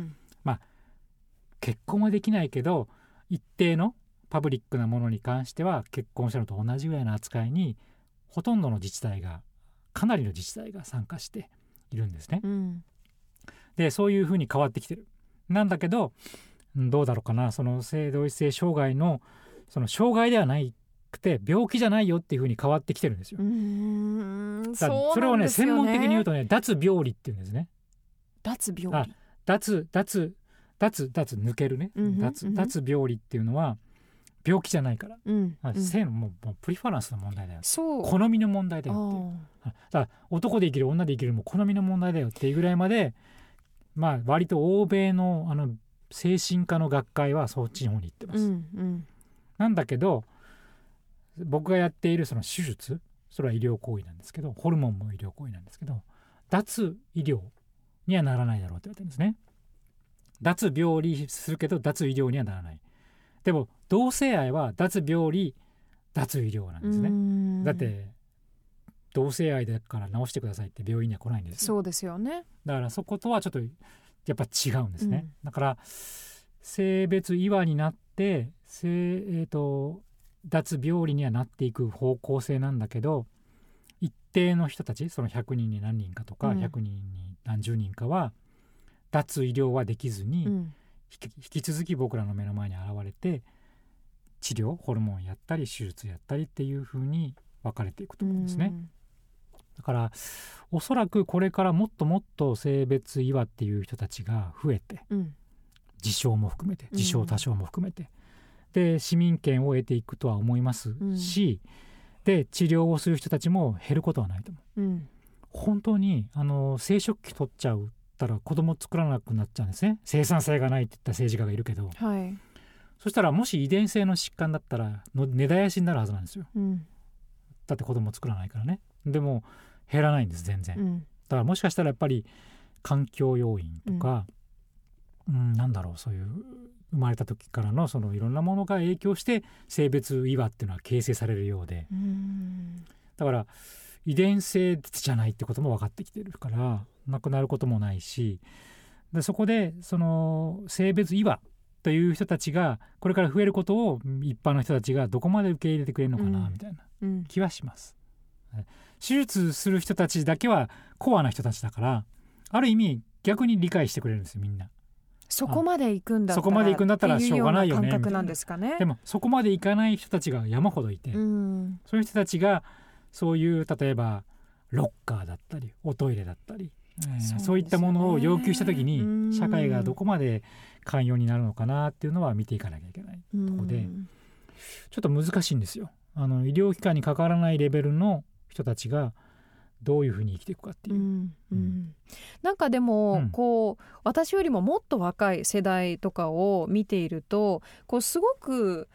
まあ結婚はできないけど一定のパブリックなものに関しては結婚したのと同じぐらいの扱いにほとんどの自治体がかなりの自治体が参加しているんですね、うん、でそういうふうに変わってきてる。なんだけどどうだろうかな、その性同一性障害のその障害ではなくて病気じゃないよっていうふうに変わってきてるんですよ。うーんそうなんですよね。 それをね専門的に言うとね脱病理っていうんですね。 脱病理、 脱脱脱脱抜けるね、うんうん、脱, 脱病理っていうのは病気じゃないから、うんうん、性のもうもうプリファランスの問題だよ、そう好みの問題だよっていう、だから男で生きる女で生きるも好みの問題だよっていうぐらいまで、まあ割と欧米のあの精神科の学会はそっちの方に行ってます、うんうん、なんだけど僕がやっているその手術、それは医療行為なんですけど、ホルモンも医療行為なんですけど、脱医療にはならないだろうって言われてるんですね。脱病理するけど脱医療にはならない。でも同性愛は脱病理脱医療なんですね。だって同性愛だから治してくださいって病院には来ないんですよ。 そうですよね。 だからそことはちょっとやっぱ違うんですね、うん、だから性別違和になって性、えーと、 脱病理にはなっていく方向性なんだけど、一定の人たち、そのひゃくにんに何人かとか、うん、ひゃくにんに何十人かは脱医療はできずに、うん、引き、引き続き僕らの目の前に現れて治療、ホルモンやったり手術やったりっていう風に分かれていくと思うんですね、うん、だからおそらくこれからもっともっと性別違和っていう人たちが増えて、うん、自傷も含めて自傷多傷も含めて、うん、で市民権を得ていくとは思いますし、うん、で治療をする人たちも減ることはないと思う、うん、本当にあの生殖器取っちゃうたら子供作らなくなっちゃうんですね。生産性がないって言った政治家がいるけど、はい、そしたらもし遺伝性の疾患だったらの根絶やしになるはずなんですよ、うん、だって子供作らないからね。でも減らないんです全然、うん、だからもしかしたらやっぱり環境要因とか、うんうん、なんだろう、そういう生まれた時からのそのいろんなものが影響して性別違和っていうのは形成されるようで、うん、だから遺伝性じゃないってことも分かってきてるからなくなることもないし、でそこでその性別違和という人たちがこれから増えることを一般の人たちがどこまで受け入れてくれるのかなみたいな気はします、うんうん、手術する人たちだけはコアな人たちだからある意味逆に理解してくれるんですよみんな。 そこまで行くんだったらそこまで行くんだったらしょうがないよねっていうような感覚なんですかね。 でもそこまで行かない人たちが山ほどいて、うん、そういう人たちがそういう例えばロッカーだったりおトイレだったり、えー、そう、そういったものを要求した時に社会がどこまで寛容になるのかなっていうのは見ていかなきゃいけないところで、ちょっと難しいんですよ。あの医療機関に関わらないレベルの人たちがどういうふうに生きていくかっていう、うんうん、なんかでも、うん、こう私よりももっと若い世代とかを見ているとこうすごく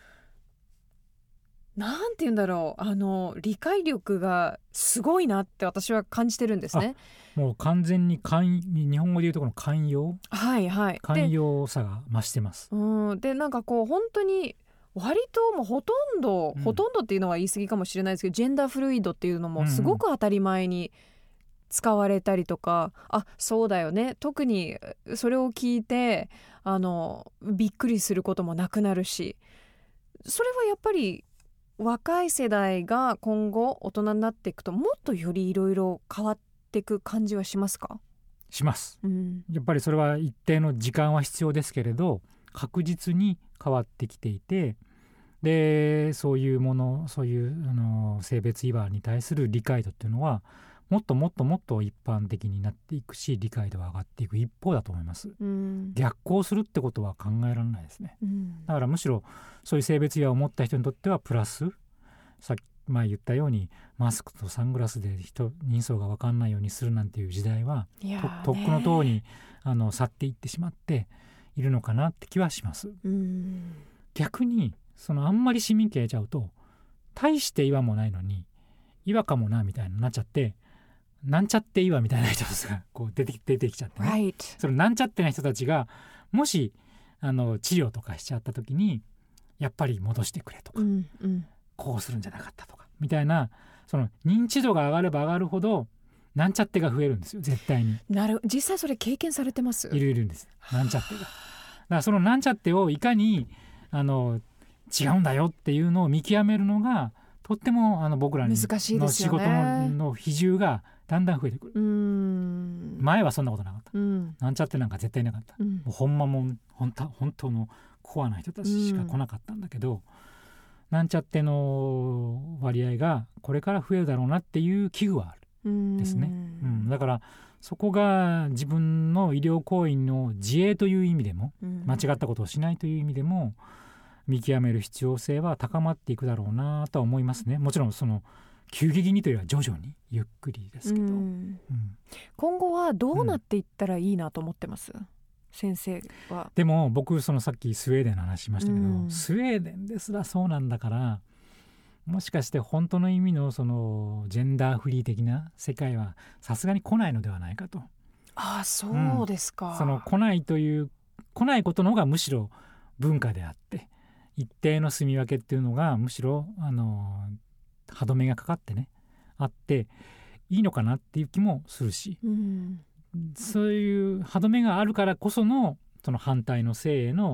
なんて言うんだろう、あの理解力がすごいなって私は感じてるんですね。 もう完全に寛日本語でいうとこの寛容、 はいはい、 寛容さが増してます。 うん、でなんかこう本当に割ともうほとんど、うん、ほとんどっていうのは言い過ぎかもしれないですけどジェンダーフルイドっていうのもすごく当たり前に使われたりとか、うんうん、あそうだよね、特にそれを聞いてあのびっくりすることもなくなるし、それはやっぱり若い世代が今後大人になっていくともっとよりいろいろ変わっていく感じはしますか？ します、うん、やっぱりそれは一定の時間は必要ですけれど確実に変わってきていて、でそういうものそういうあの性別違和に対する理解度っていうのはもっともっともっと一般的になっていくし理解度が上がっていく一方だと思います、うん、逆行するってことは考えられないですね、うん、だからむしろそういう性別違和を持った人にとってはプラス、さっき前言ったようにマスクとサングラスで人人相が分かんないようにするなんていう時代はとっくの塔にあの去っていってしまっているのかなって気はします、うん、逆にそのあんまり市民権得ちゃうと大して違和もないのに違和かもなみたいになっちゃってなんちゃって違和みたいな人がこう出て、出てきちゃってね、right. そのなんちゃってな人たちがもしあの治療とかしちゃった時にやっぱり戻してくれとか、うんうん、こうするんじゃなかったとかみたいな、その認知度が上がれば上がるほどなんちゃってが増えるんですよ絶対に。 なる、実際それ経験されてます？ いるいるんですなんちゃってが。だからそのなんちゃってをいかにあの違うんだよっていうのを見極めるのがとってもあの僕らの仕事の比重がだんだん増えてくる。うーん、前はそんなことなかった、うん、なんちゃってなんか絶対なかった、うん、もうほんまもん本当、本当のコアな人たちしか来なかったんだけど、うん、なんちゃっての割合がこれから増えるだろうなっていう危惧はあるですね、うん、だからそこが自分の医療行為の自衛という意味でも、うん、間違ったことをしないという意味でも見極める必要性は高まっていくだろうなとは思いますね。もちろんその急激にというよりは徐々にゆっくりですけど、うんうん、 今後はどうなっていったらいいなと思ってます、うん、先生は。 でも僕そのさっきスウェーデンの話しましたけど、うん、スウェーデンですらそうなんだからもしかして本当の意味のそのジェンダーフリー的な世界はさすがに来ないのではないかと。 ああそうですか、 うん、その来ないという来ないことの方がむしろ文化であって一定の住み分けっていうのがむしろあの歯止めがかかってねあっていいのかなっていう気もするし、うん、そういう歯止めがあるからこそのその反対の性への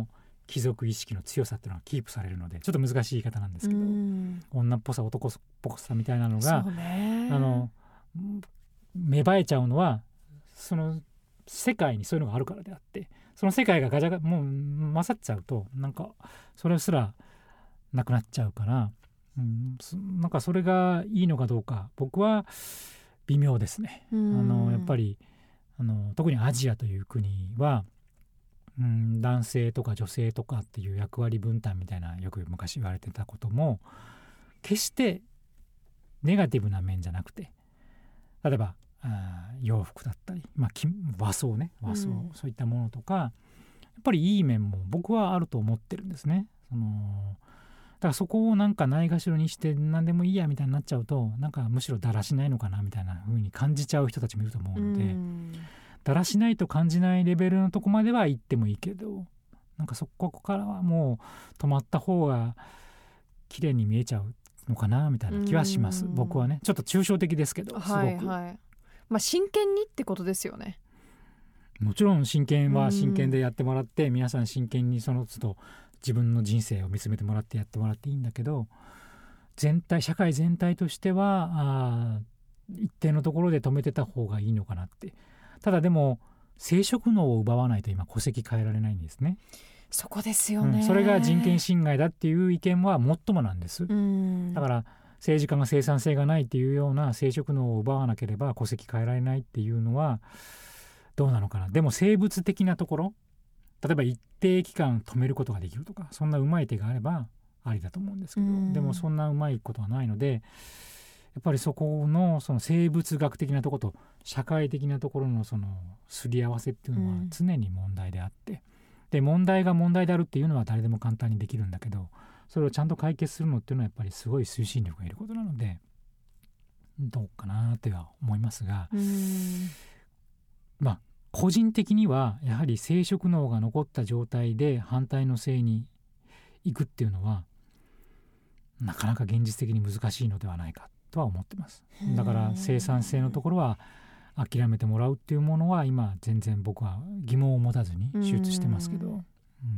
貴族意識の強さっていうのはキープされるので、ちょっと難しい言い方なんですけど、女っぽさ男っぽさみたいなのが、ね、あの芽生えちゃうのはその世界にそういうのがあるからであって、その世界がガチャガもう勝っちゃうとなんかそれすらなくなっちゃうから、うん、なんかそれがいいのかどうか僕は微妙ですね。あのやっぱりあの特にアジアという国は、うん、男性とか女性とかっていう役割分担みたいなよく昔言われてたことも決してネガティブな面じゃなくて、例えばあ洋服だったり、まあ、和装ね和装、うん、そういったものとかやっぱりいい面も僕はあると思ってるんですね。そのだからそこをなんかないがしろにして何でもいいやみたいになっちゃうと、なんかむしろだらしないのかなみたいな風に感じちゃう人たちもいると思うので、うん、だらしないと感じないレベルのとこまでは行ってもいいけど、なんかそこからはもう止まった方が綺麗に見えちゃうのかなみたいな気はします、うん、僕はね。ちょっと抽象的ですけど、すごく、はいはい、 まあ、真剣にってことですよね。 もちろん真剣は真剣でやってもらって、皆さん真剣にその都度自分の人生を見つめてもらってやってもらっていいんだけど、全体社会全体としてはあ一定のところで止めてた方がいいのかなって。ただでも生殖能を奪わないと今戸籍変えられないんですね。 そこですよね、 うん、それが人権侵害だっていう意見はもっともなんです。 うんだから政治家が生産性がないっていうような生殖能を奪わなければ戸籍変えられないっていうのはどうなのかな。でも生物的なところ、例えば一定期間止めることができるとか、そんなうまい手があればありだと思うんですけど、でもそんなうまいことはないので、やっぱりそこのその生物学的なところと社会的なところのそのすり合わせっていうのは常に問題であって、で問題が問題であるっていうのは誰でも簡単にできるんだけど、それをちゃんと解決するのっていうのはやっぱりすごい推進力がいることなので、どうかなとは思いますが、まあ個人的にはやはり生殖能が残った状態で反対の性に行くっていうのはなかなか現実的に難しいのではないかとは思ってます。だから生産性のところは諦めてもらうっていうものは今全然僕は疑問を持たずに手術してますけど、うん、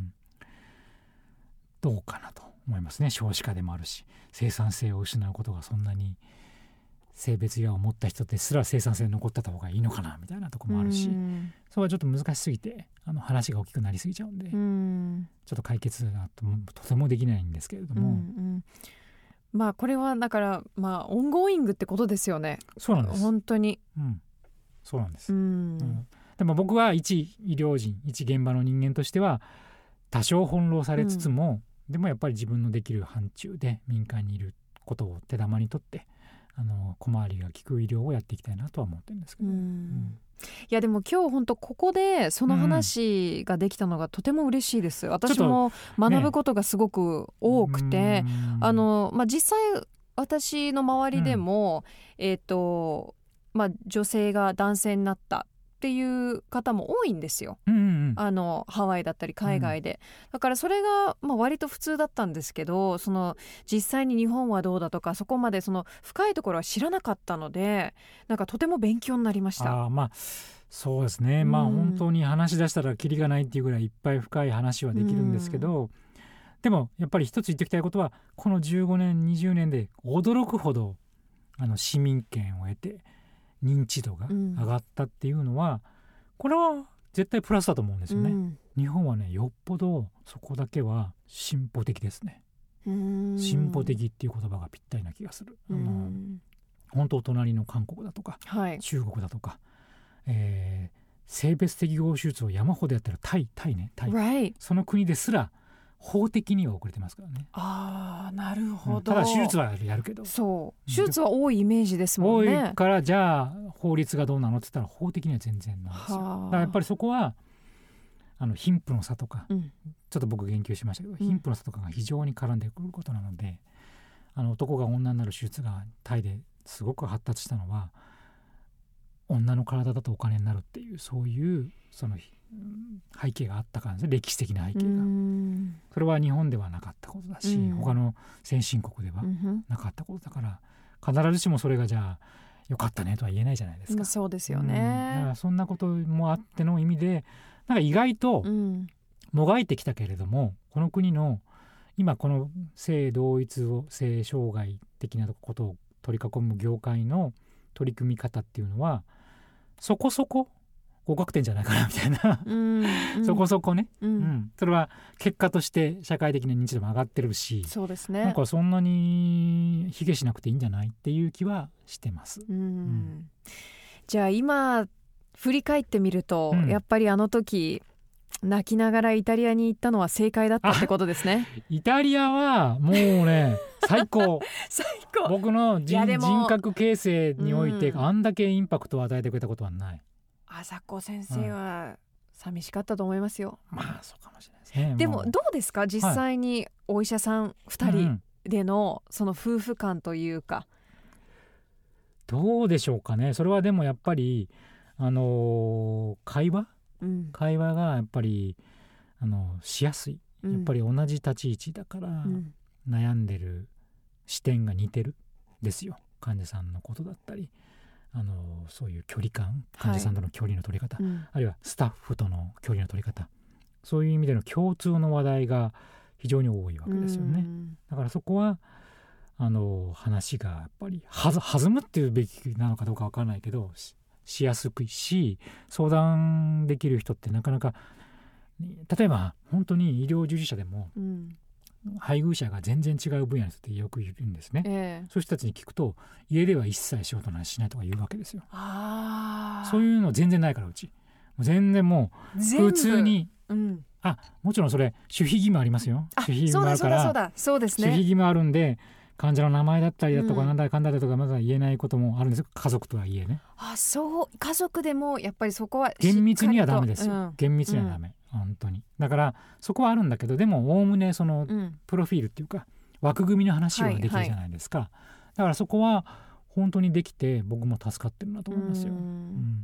どうかなと思いますね。少子化でもあるし、生産性を失うことがそんなに性別違和を持った人ですら生産性残ってた方がいいのかなみたいなところもあるし、それはちょっと難しすぎてあの話が大きくなりすぎちゃうんで、うんちょっと解決が と, とてもできないんですけれども、うんうんまあこれはだからまあオンゴーイングってことですよね。 そうなんです。 本当に、 うん、そうなんです、うんうん、でも僕は一医療人一現場の人間としては多少翻弄されつつも、うん、でもやっぱり自分のできる範疇で民間にいることを手玉に取ってあの小回りが利く医療をやっていきたいなとは思ってるんですけど、うんうん、 いやでも今日本当ここでその話ができたのがとても嬉しいです、うん、私も学ぶことがすごく多くて、ね、あの、まあ、実際私の周りでも、うんえーとまあ、女性が男性になったっていう方も多いんですよ、うんうん、あのハワイだったり海外で、うん、だからそれが、まあ、割と普通だったんですけど、その実際に日本はどうだとかそこまでその深いところは知らなかったので、なんかとても勉強になりました。 あ、まあ、そうですね、うん、まあ本当に話し出したらキリがないっていうぐらいいっぱい深い話はできるんですけど、うん、でもやっぱり一つ言っておきたいことは、このじゅうごねんにじゅうねんで驚くほどあの市民権を得て認知度が上がったっていうのは、うん、これは絶対プラスだと思うんですよね、うん、日本はねよっぽどそこだけは進歩的ですね。うーん進歩的っていう言葉がぴったりな気がする。あの本当隣の韓国だとか、はい、中国だとか、えー、性別適合手術を山ほどやってるタイタイねタイ、right. その国ですら法的には遅れてますからね。 ああ、なるほど、うん、 ただ手術はやるけど、 そう手術は多いイメージですもんね。 多いからじゃあ法律がどうなのって言ったら法的には全然なんですよ。だからやっぱりそこはあの貧富の差とか、うん、ちょっと僕言及しましたけど、貧富の差とかが非常に絡んでくることなので、あの男が女になる手術がタイですごく発達したのは女の体だとお金になるっていう、そういうその背景があったからですね、歴史的な背景が。それは日本ではなかったことだし、うん、他の先進国ではなかったことだから、必ずしもそれがじゃあ良かったねとは言えないじゃないですか。 そうですよね、 うん、だからそんなこともあっての意味で、なんか意外ともがいてきたけれども、この国の今この性同一性障害的なことを取り囲む業界の取り組み方っていうのはそこそこ合格点じゃないかなみたいな、うんうん、そこそこね、うんうん、それは結果として社会的な認知度も上がってるし、 そうですね、 なんかそんなに卑下しなくていいんじゃないっていう気はしてます、うんうん、 じゃあ今振り返ってみると、うん、やっぱりあの時泣きながらイタリアに行ったのは正解だったってことですね。 イタリアはもうね最高最高、 僕の 人, 人格形成において、うん、あんだけインパクトを与えてくれたことはない。 朝子先生は寂しかったと思いますよ、 うん、まあそうかもしれないですね。 でもどうですか実際にお医者さんふたりでのその夫婦間というか、 うん、どうでしょうかね。それはでもやっぱりあのー、会話、うん、会話がやっぱりあのしやすい、やっぱり同じ立ち位置だから、うん、悩んでる視点が似てるですよ。患者さんのことだったり、あのそういう距離感、患者さんとの距離の取り方、はい、あるいはスタッフとの距離の取り方、そういう意味での共通の話題が非常に多いわけですよね。だからそこはあの話がやっぱりはず弾むっていうべきなのかどうか分からないけど し, しやすくし、相談できる人ってなかなか、例えば本当に医療従事者でも、うん、配偶者が全然違う分野の人ってよくいるんですね、えー、そういう人たちに聞くと家では一切仕事の話しないとか言うわけですよ。あ、そういうの全然ないから、うちもう全然もう普通に、うん、あ、もちろんそれ守秘義務ありますよ。守秘義務あるから、 そうだそうだそうですね、 守秘義務あるんで患者の名前だったりだとか、うん、なんだかんだとかまだ言えないこともあるんですよ、家族とはいえね。 あ、そう、家族でもやっぱりそこは厳密にはダメですよ、うん、厳密にはダメ、うん、本当に。だからそこはあるんだけど、でもおおむねそのプロフィールっていうか枠組みの話はできるじゃないですか、はいはい、だからそこは本当にできて僕も助かってるなと思いますよ。うん、うん、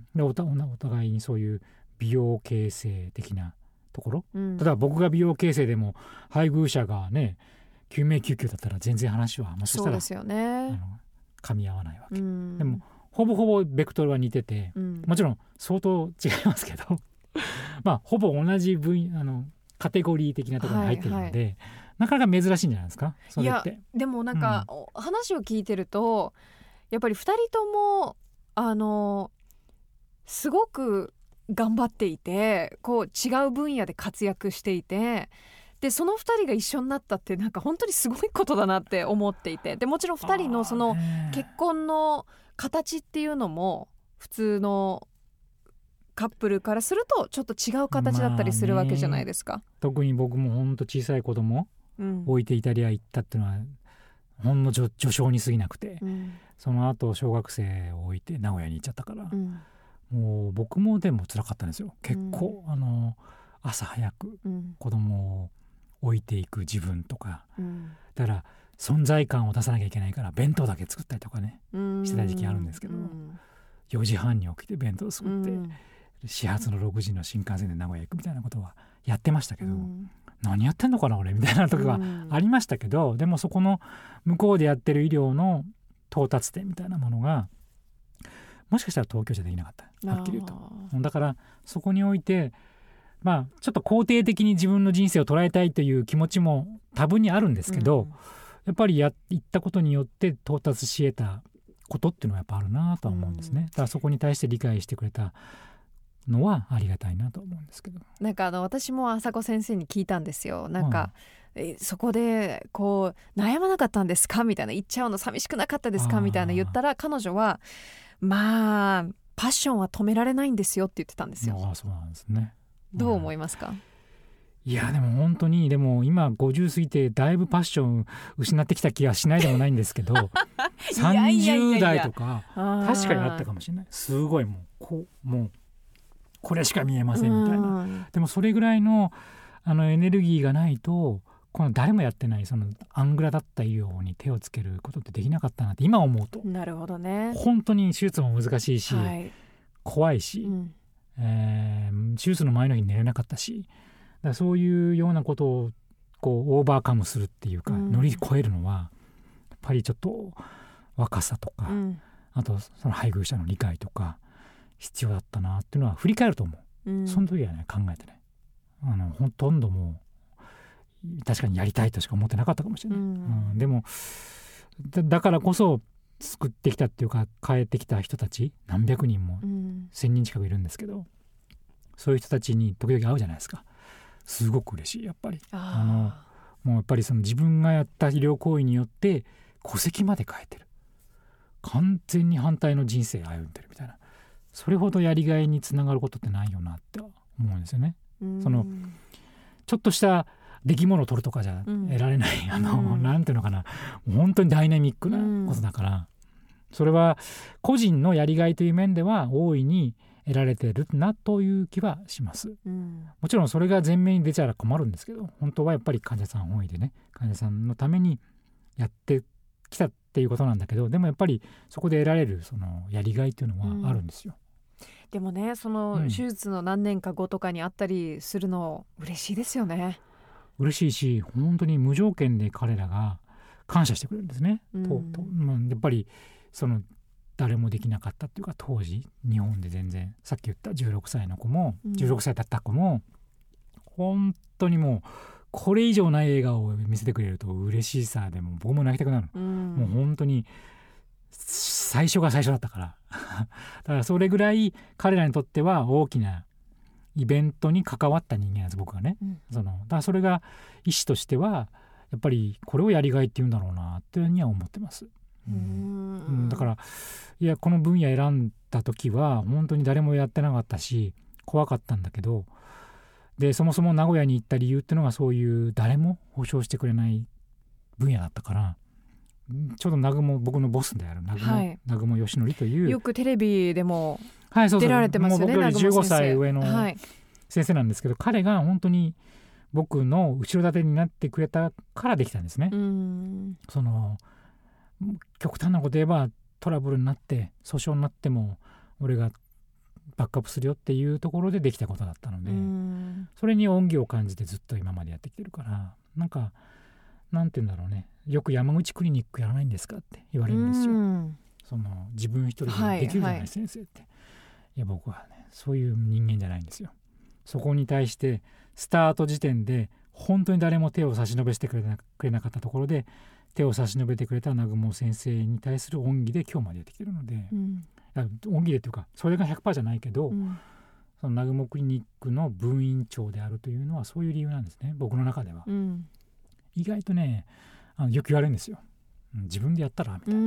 で お, たお互いにそういう美容形成的なところ、うん、ただ僕が美容形成でも配偶者がね救命救急だったら全然話はもしかしたらそうですよね、 あの噛み合わないわけ、うん、でもほぼほぼベクトルは似てて、うん、もちろん相当違いますけどまあほぼ同じ分あのカテゴリー的なところに入ってるので、はいはい、なかなか珍しいんじゃないですかそれって。いやでもなんか、うん、話を聞いてるとやっぱりふたりともあのすごく頑張っていて、こう違う分野で活躍していて、でそのふたりが一緒になったってなんか本当にすごいことだなって思っていて、でもちろんふたりのその結婚の形っていうのも普通のカップルからするとちょっと違う形だったりするわけじゃないですか、まあ、 特に僕も本当小さい子供置いてイタリア行ったっていうのはほんの序章に過ぎなくて、うん、その後小学生を置いて名古屋に行っちゃったから、うん、もう僕もでも辛かったんですよ結構、うん、あの朝早く子供を置いていく自分とか、うん、だから存在感を出さなきゃいけないから弁当だけ作ったりとかね、うん、してた時期あるんですけど、うん、よじはんに起きて弁当作って、うん、始発のろくじの新幹線で名古屋行くみたいなことはやってましたけど、うん、何やってんのかな俺みたいな時はありましたけど、うん、でもそこの向こうでやってる医療の到達点みたいなものがもしかしたら東京じゃできなかった、はっきり言うと。だからそこにおいてまあちょっと肯定的に自分の人生を捉えたいという気持ちも多分にあるんですけど、うん、やっぱりや行ったことによって到達し得たことっていうのはやっぱあるなとは思うんですね、うん、だからそこに対して理解してくれたのはありがたいなと思うんですけど、 なんかあの私も朝子先生に聞いたんですよ。なんか、うん、えそこでこう悩まなかったんですかみたいな、行っちゃうの寂しくなかったですかみたいな言ったら、彼女はまあパッションは止められないんですよって言ってたんですよ。 ああそうなんですね。 どう思いますか？ いやでも本当にでも今ごじゅう過ぎてだいぶパッション失ってきた気はしないでもないんですけどさんじゅう代とか確かにあったかもしれない。すごいもうこうもうこれしか見えませんみたいな。でもそれぐらいのあのエネルギーがないとこの誰もやってないそのアングラだった医療に手をつけることってできなかったなって今思うと。 なるほどね。 本当に手術も難しいし、はい、怖いし、うんえー、手術の前の日に寝れなかったし、だからそういうようなことをこうオーバーカムするっていうか、うん、乗り越えるのはやっぱりちょっと若さとか、うん、あとその配偶者の理解とか必要だったなっていうのは振り返ると思う、うん、その時はね考えてねあのほとんどもう確かにやりたいとしか思ってなかったかもしれない、うんうん、でも だ, だからこそ作ってきたっていうか変えてきた人たち何百人も、うん、せんにん近くいるんですけど、そういう人たちに時々会うじゃないですか。すごく嬉しい。やっぱりあのもうやっぱりその自分がやった医療行為によって戸籍まで変えてる、完全に反対の人生歩んでるみたいな、それほどやりがいにつながることってないよなって思うんですよね。そのちょっとした出来物を取るとかじゃ得られない、うん、あの、うん、なんていうのかな、本当にダイナミックなことだから、うん、それは個人のやりがいという面では大いに得られてるなという気はします、うん、もちろんそれが前面に出ちゃら困るんですけど、本当はやっぱり患者さん本位でね、患者さんのためにやってきたっていうことなんだけど、でもやっぱりそこで得られるそのやりがいというのはあるんですよ、 うん、でもね、その手術の何年か後とかにあったりするの嬉しいですよね。 嬉しいし、本当に無条件で彼らが感謝してくれるんですね、うん、ととまあ、やっぱりその誰もできなかったっていうか、当時日本で全然さっき言ったじゅうろくさいの子も、うん、じゅうろくさいだった子も本当にもうこれ以上ない笑顔を見せてくれると嬉しさでも僕も泣きたくなる、うん、もう本当に最初が最初だったからだからそれぐらい彼らにとっては大きなイベントに関わった人間なんです、僕はね、うん、そのだからそれが医師としてはやっぱりこれをやりがいっていうんだろうなというふうには思ってます。うん、だからいやこの分野選んだ時は本当に誰もやってなかったし怖かったんだけど、でそもそも名古屋に行った理由っていうのがそういう誰も保証してくれない分野だったから、ちょうど南雲僕のボスである南雲、はい、南雲義則というよくテレビでも出られてますよね、 はい、そうそう、もう僕よりじゅうごさい上の先生なんですけど、はい、彼が本当に僕の後ろ盾になってくれたからできたんですね。うん、その極端なこと言えばトラブルになって訴訟になっても俺がバックアップするよっていうところでできたことだったので、それに恩義を感じてずっと今までやってきてるから、なんかなんて言うんだろうね、よく山口クリニックやらないんですかって言われるんですよ。その自分一人でできるじゃない、はいはい、先生って。いや僕はねそういう人間じゃないんですよ。そこに対してスタート時点で本当に誰も手を差し伸べしてくれな、くれなかったところで手を差し伸べてくれた南雲先生に対する恩義で今日までやってきてるので、うん、恩義でっていうかそれが ひゃくパーセント じゃないけど、うん、その南雲クリニックの分院長であるというのはそういう理由なんですね、僕の中では、うん、意外とねあのよく言われるんですよ、自分でやったらみたいな、うん、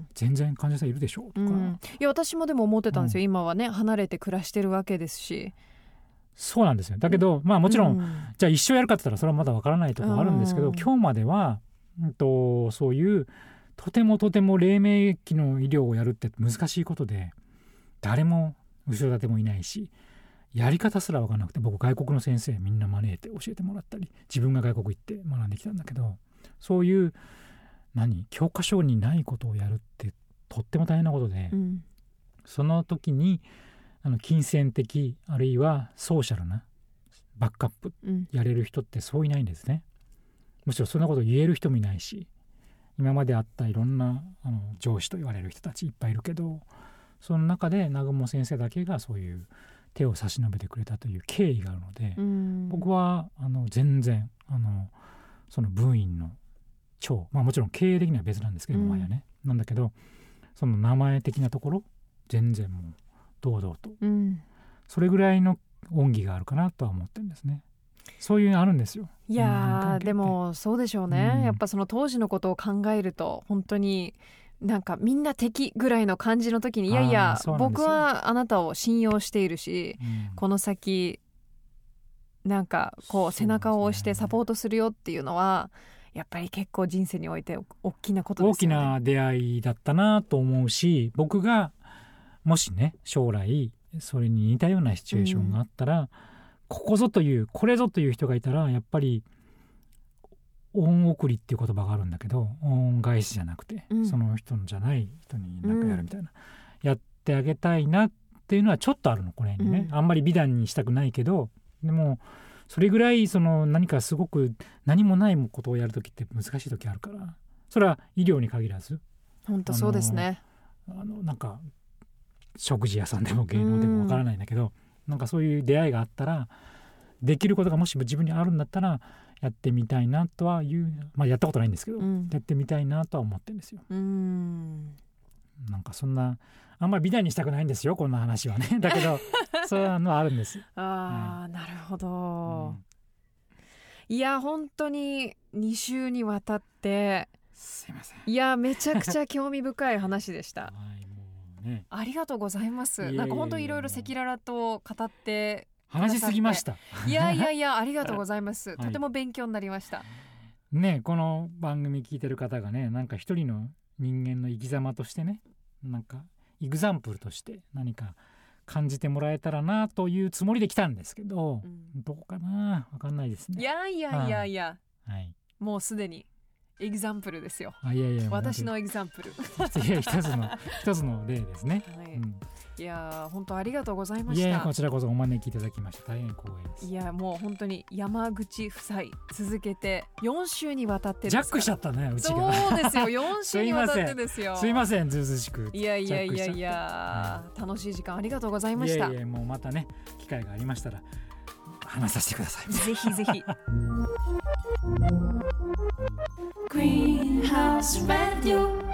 全然患者さんいるでしょとか、うん、 いや私もでも思ってたんですよ、うん、今はね離れて暮らしてるわけですし。 そうなんですよ。だけど、まあもちろん、うん、じゃあ一生やるかって言ったらそれはまだわからないところがあるんですけど、うん、今日までは、うん、とそういうとてもとても黎明期の医療をやるって難しいことで、誰も後ろ盾もいないしやり方すら分からなくて、僕外国の先生みんな招いて教えてもらったり自分が外国行って学んできたんだけど、そういう何教科書にないことをやるってとっても大変なことで、うん、その時にあの金銭的あるいはソーシャルなバックアップやれる人ってそういないんですね、うん、むしろそんなこと言える人もいないし、今まであったいろんなあの上司と言われる人たちいっぱいいるけど、その中で南雲先生だけがそういう手を差し伸べてくれたという経緯があるので、うん、僕はあの全然あのその分院の長、まあもちろん経営的には別なんですけど、うん、前はねなんだけど、その名前的なところ全然もう堂々と、うん、それぐらいの恩義があるかなとは思ってるんですね。そういうのあるんですよ。 いやでもそうでしょうね、うん、やっぱその当時のことを考えると本当になんかみんな敵ぐらいの感じの時に、いやいや僕はあなたを信用しているし、うん、この先なんかこう背中を押してサポートするよっていうのはやっぱり結構人生において大きなことですよね。 大きな出会いだったなと思うし、僕がもしね将来それに似たようなシチュエーションがあったら、うん、ここぞというこれぞという人がいたら、やっぱり恩送りっていう言葉があるんだけど、恩返しじゃなくて、うん、その人じゃない人に何かやるみたいな、うん、やってあげたいなっていうのはちょっとあるの、これにね、うん、あんまり美談にしたくないけど、でもそれぐらいその何かすごく何もないことをやるときって難しいときあるから、それは医療に限らず本当そうですね。 あのなんか食事屋さんでも芸能でもわからないんだけど、うん、なんかそういう出会いがあったらできることがもし自分にあるんだったらやってみたいなとはいう、まあ、やったことないんですけど、うん、やってみたいなとは思ってるんですよ。うーんなんかそんなあんまり美談にしたくないんですよこんな話はねだけどそういうのはあるんです。 あ、はい、なるほど、うん、いや本当にに週にわたってすいません、 いやめちゃくちゃ興味深い話でしたはいもう、ね、 ありがとうございます。なんか本当にいろいろ赤裸々と語って話しすぎました。 いやいやいやありがとうございます、とても勉強になりました、はい、 ねこの番組聞いてる方がねなんか一人の人間の生き様としてねなんかエグザンプルとして何か感じてもらえたらなというつもりで来たんですけど、うん、どうかな分かんないですね。 いやいやいやいや、 はい、 もうすでにエグザンプルですよ。 あいやいや私のエグザンプルいや一つの一つの例ですね、 はいうん、いや本当ありがとうございました。 いやこちらこそお招きいただきまして大変光栄です。 いやもう本当に山口夫妻続けてよん週にわたってジャックしちゃったねうちが。 そうですよよん週にわたってですよすいませんずうずしくいやいやいやいや、うん、楽しい時間ありがとうございました。 いやいやもうまたね機会がありましたら話させてください。 ぜひぜひGreenhouse Radio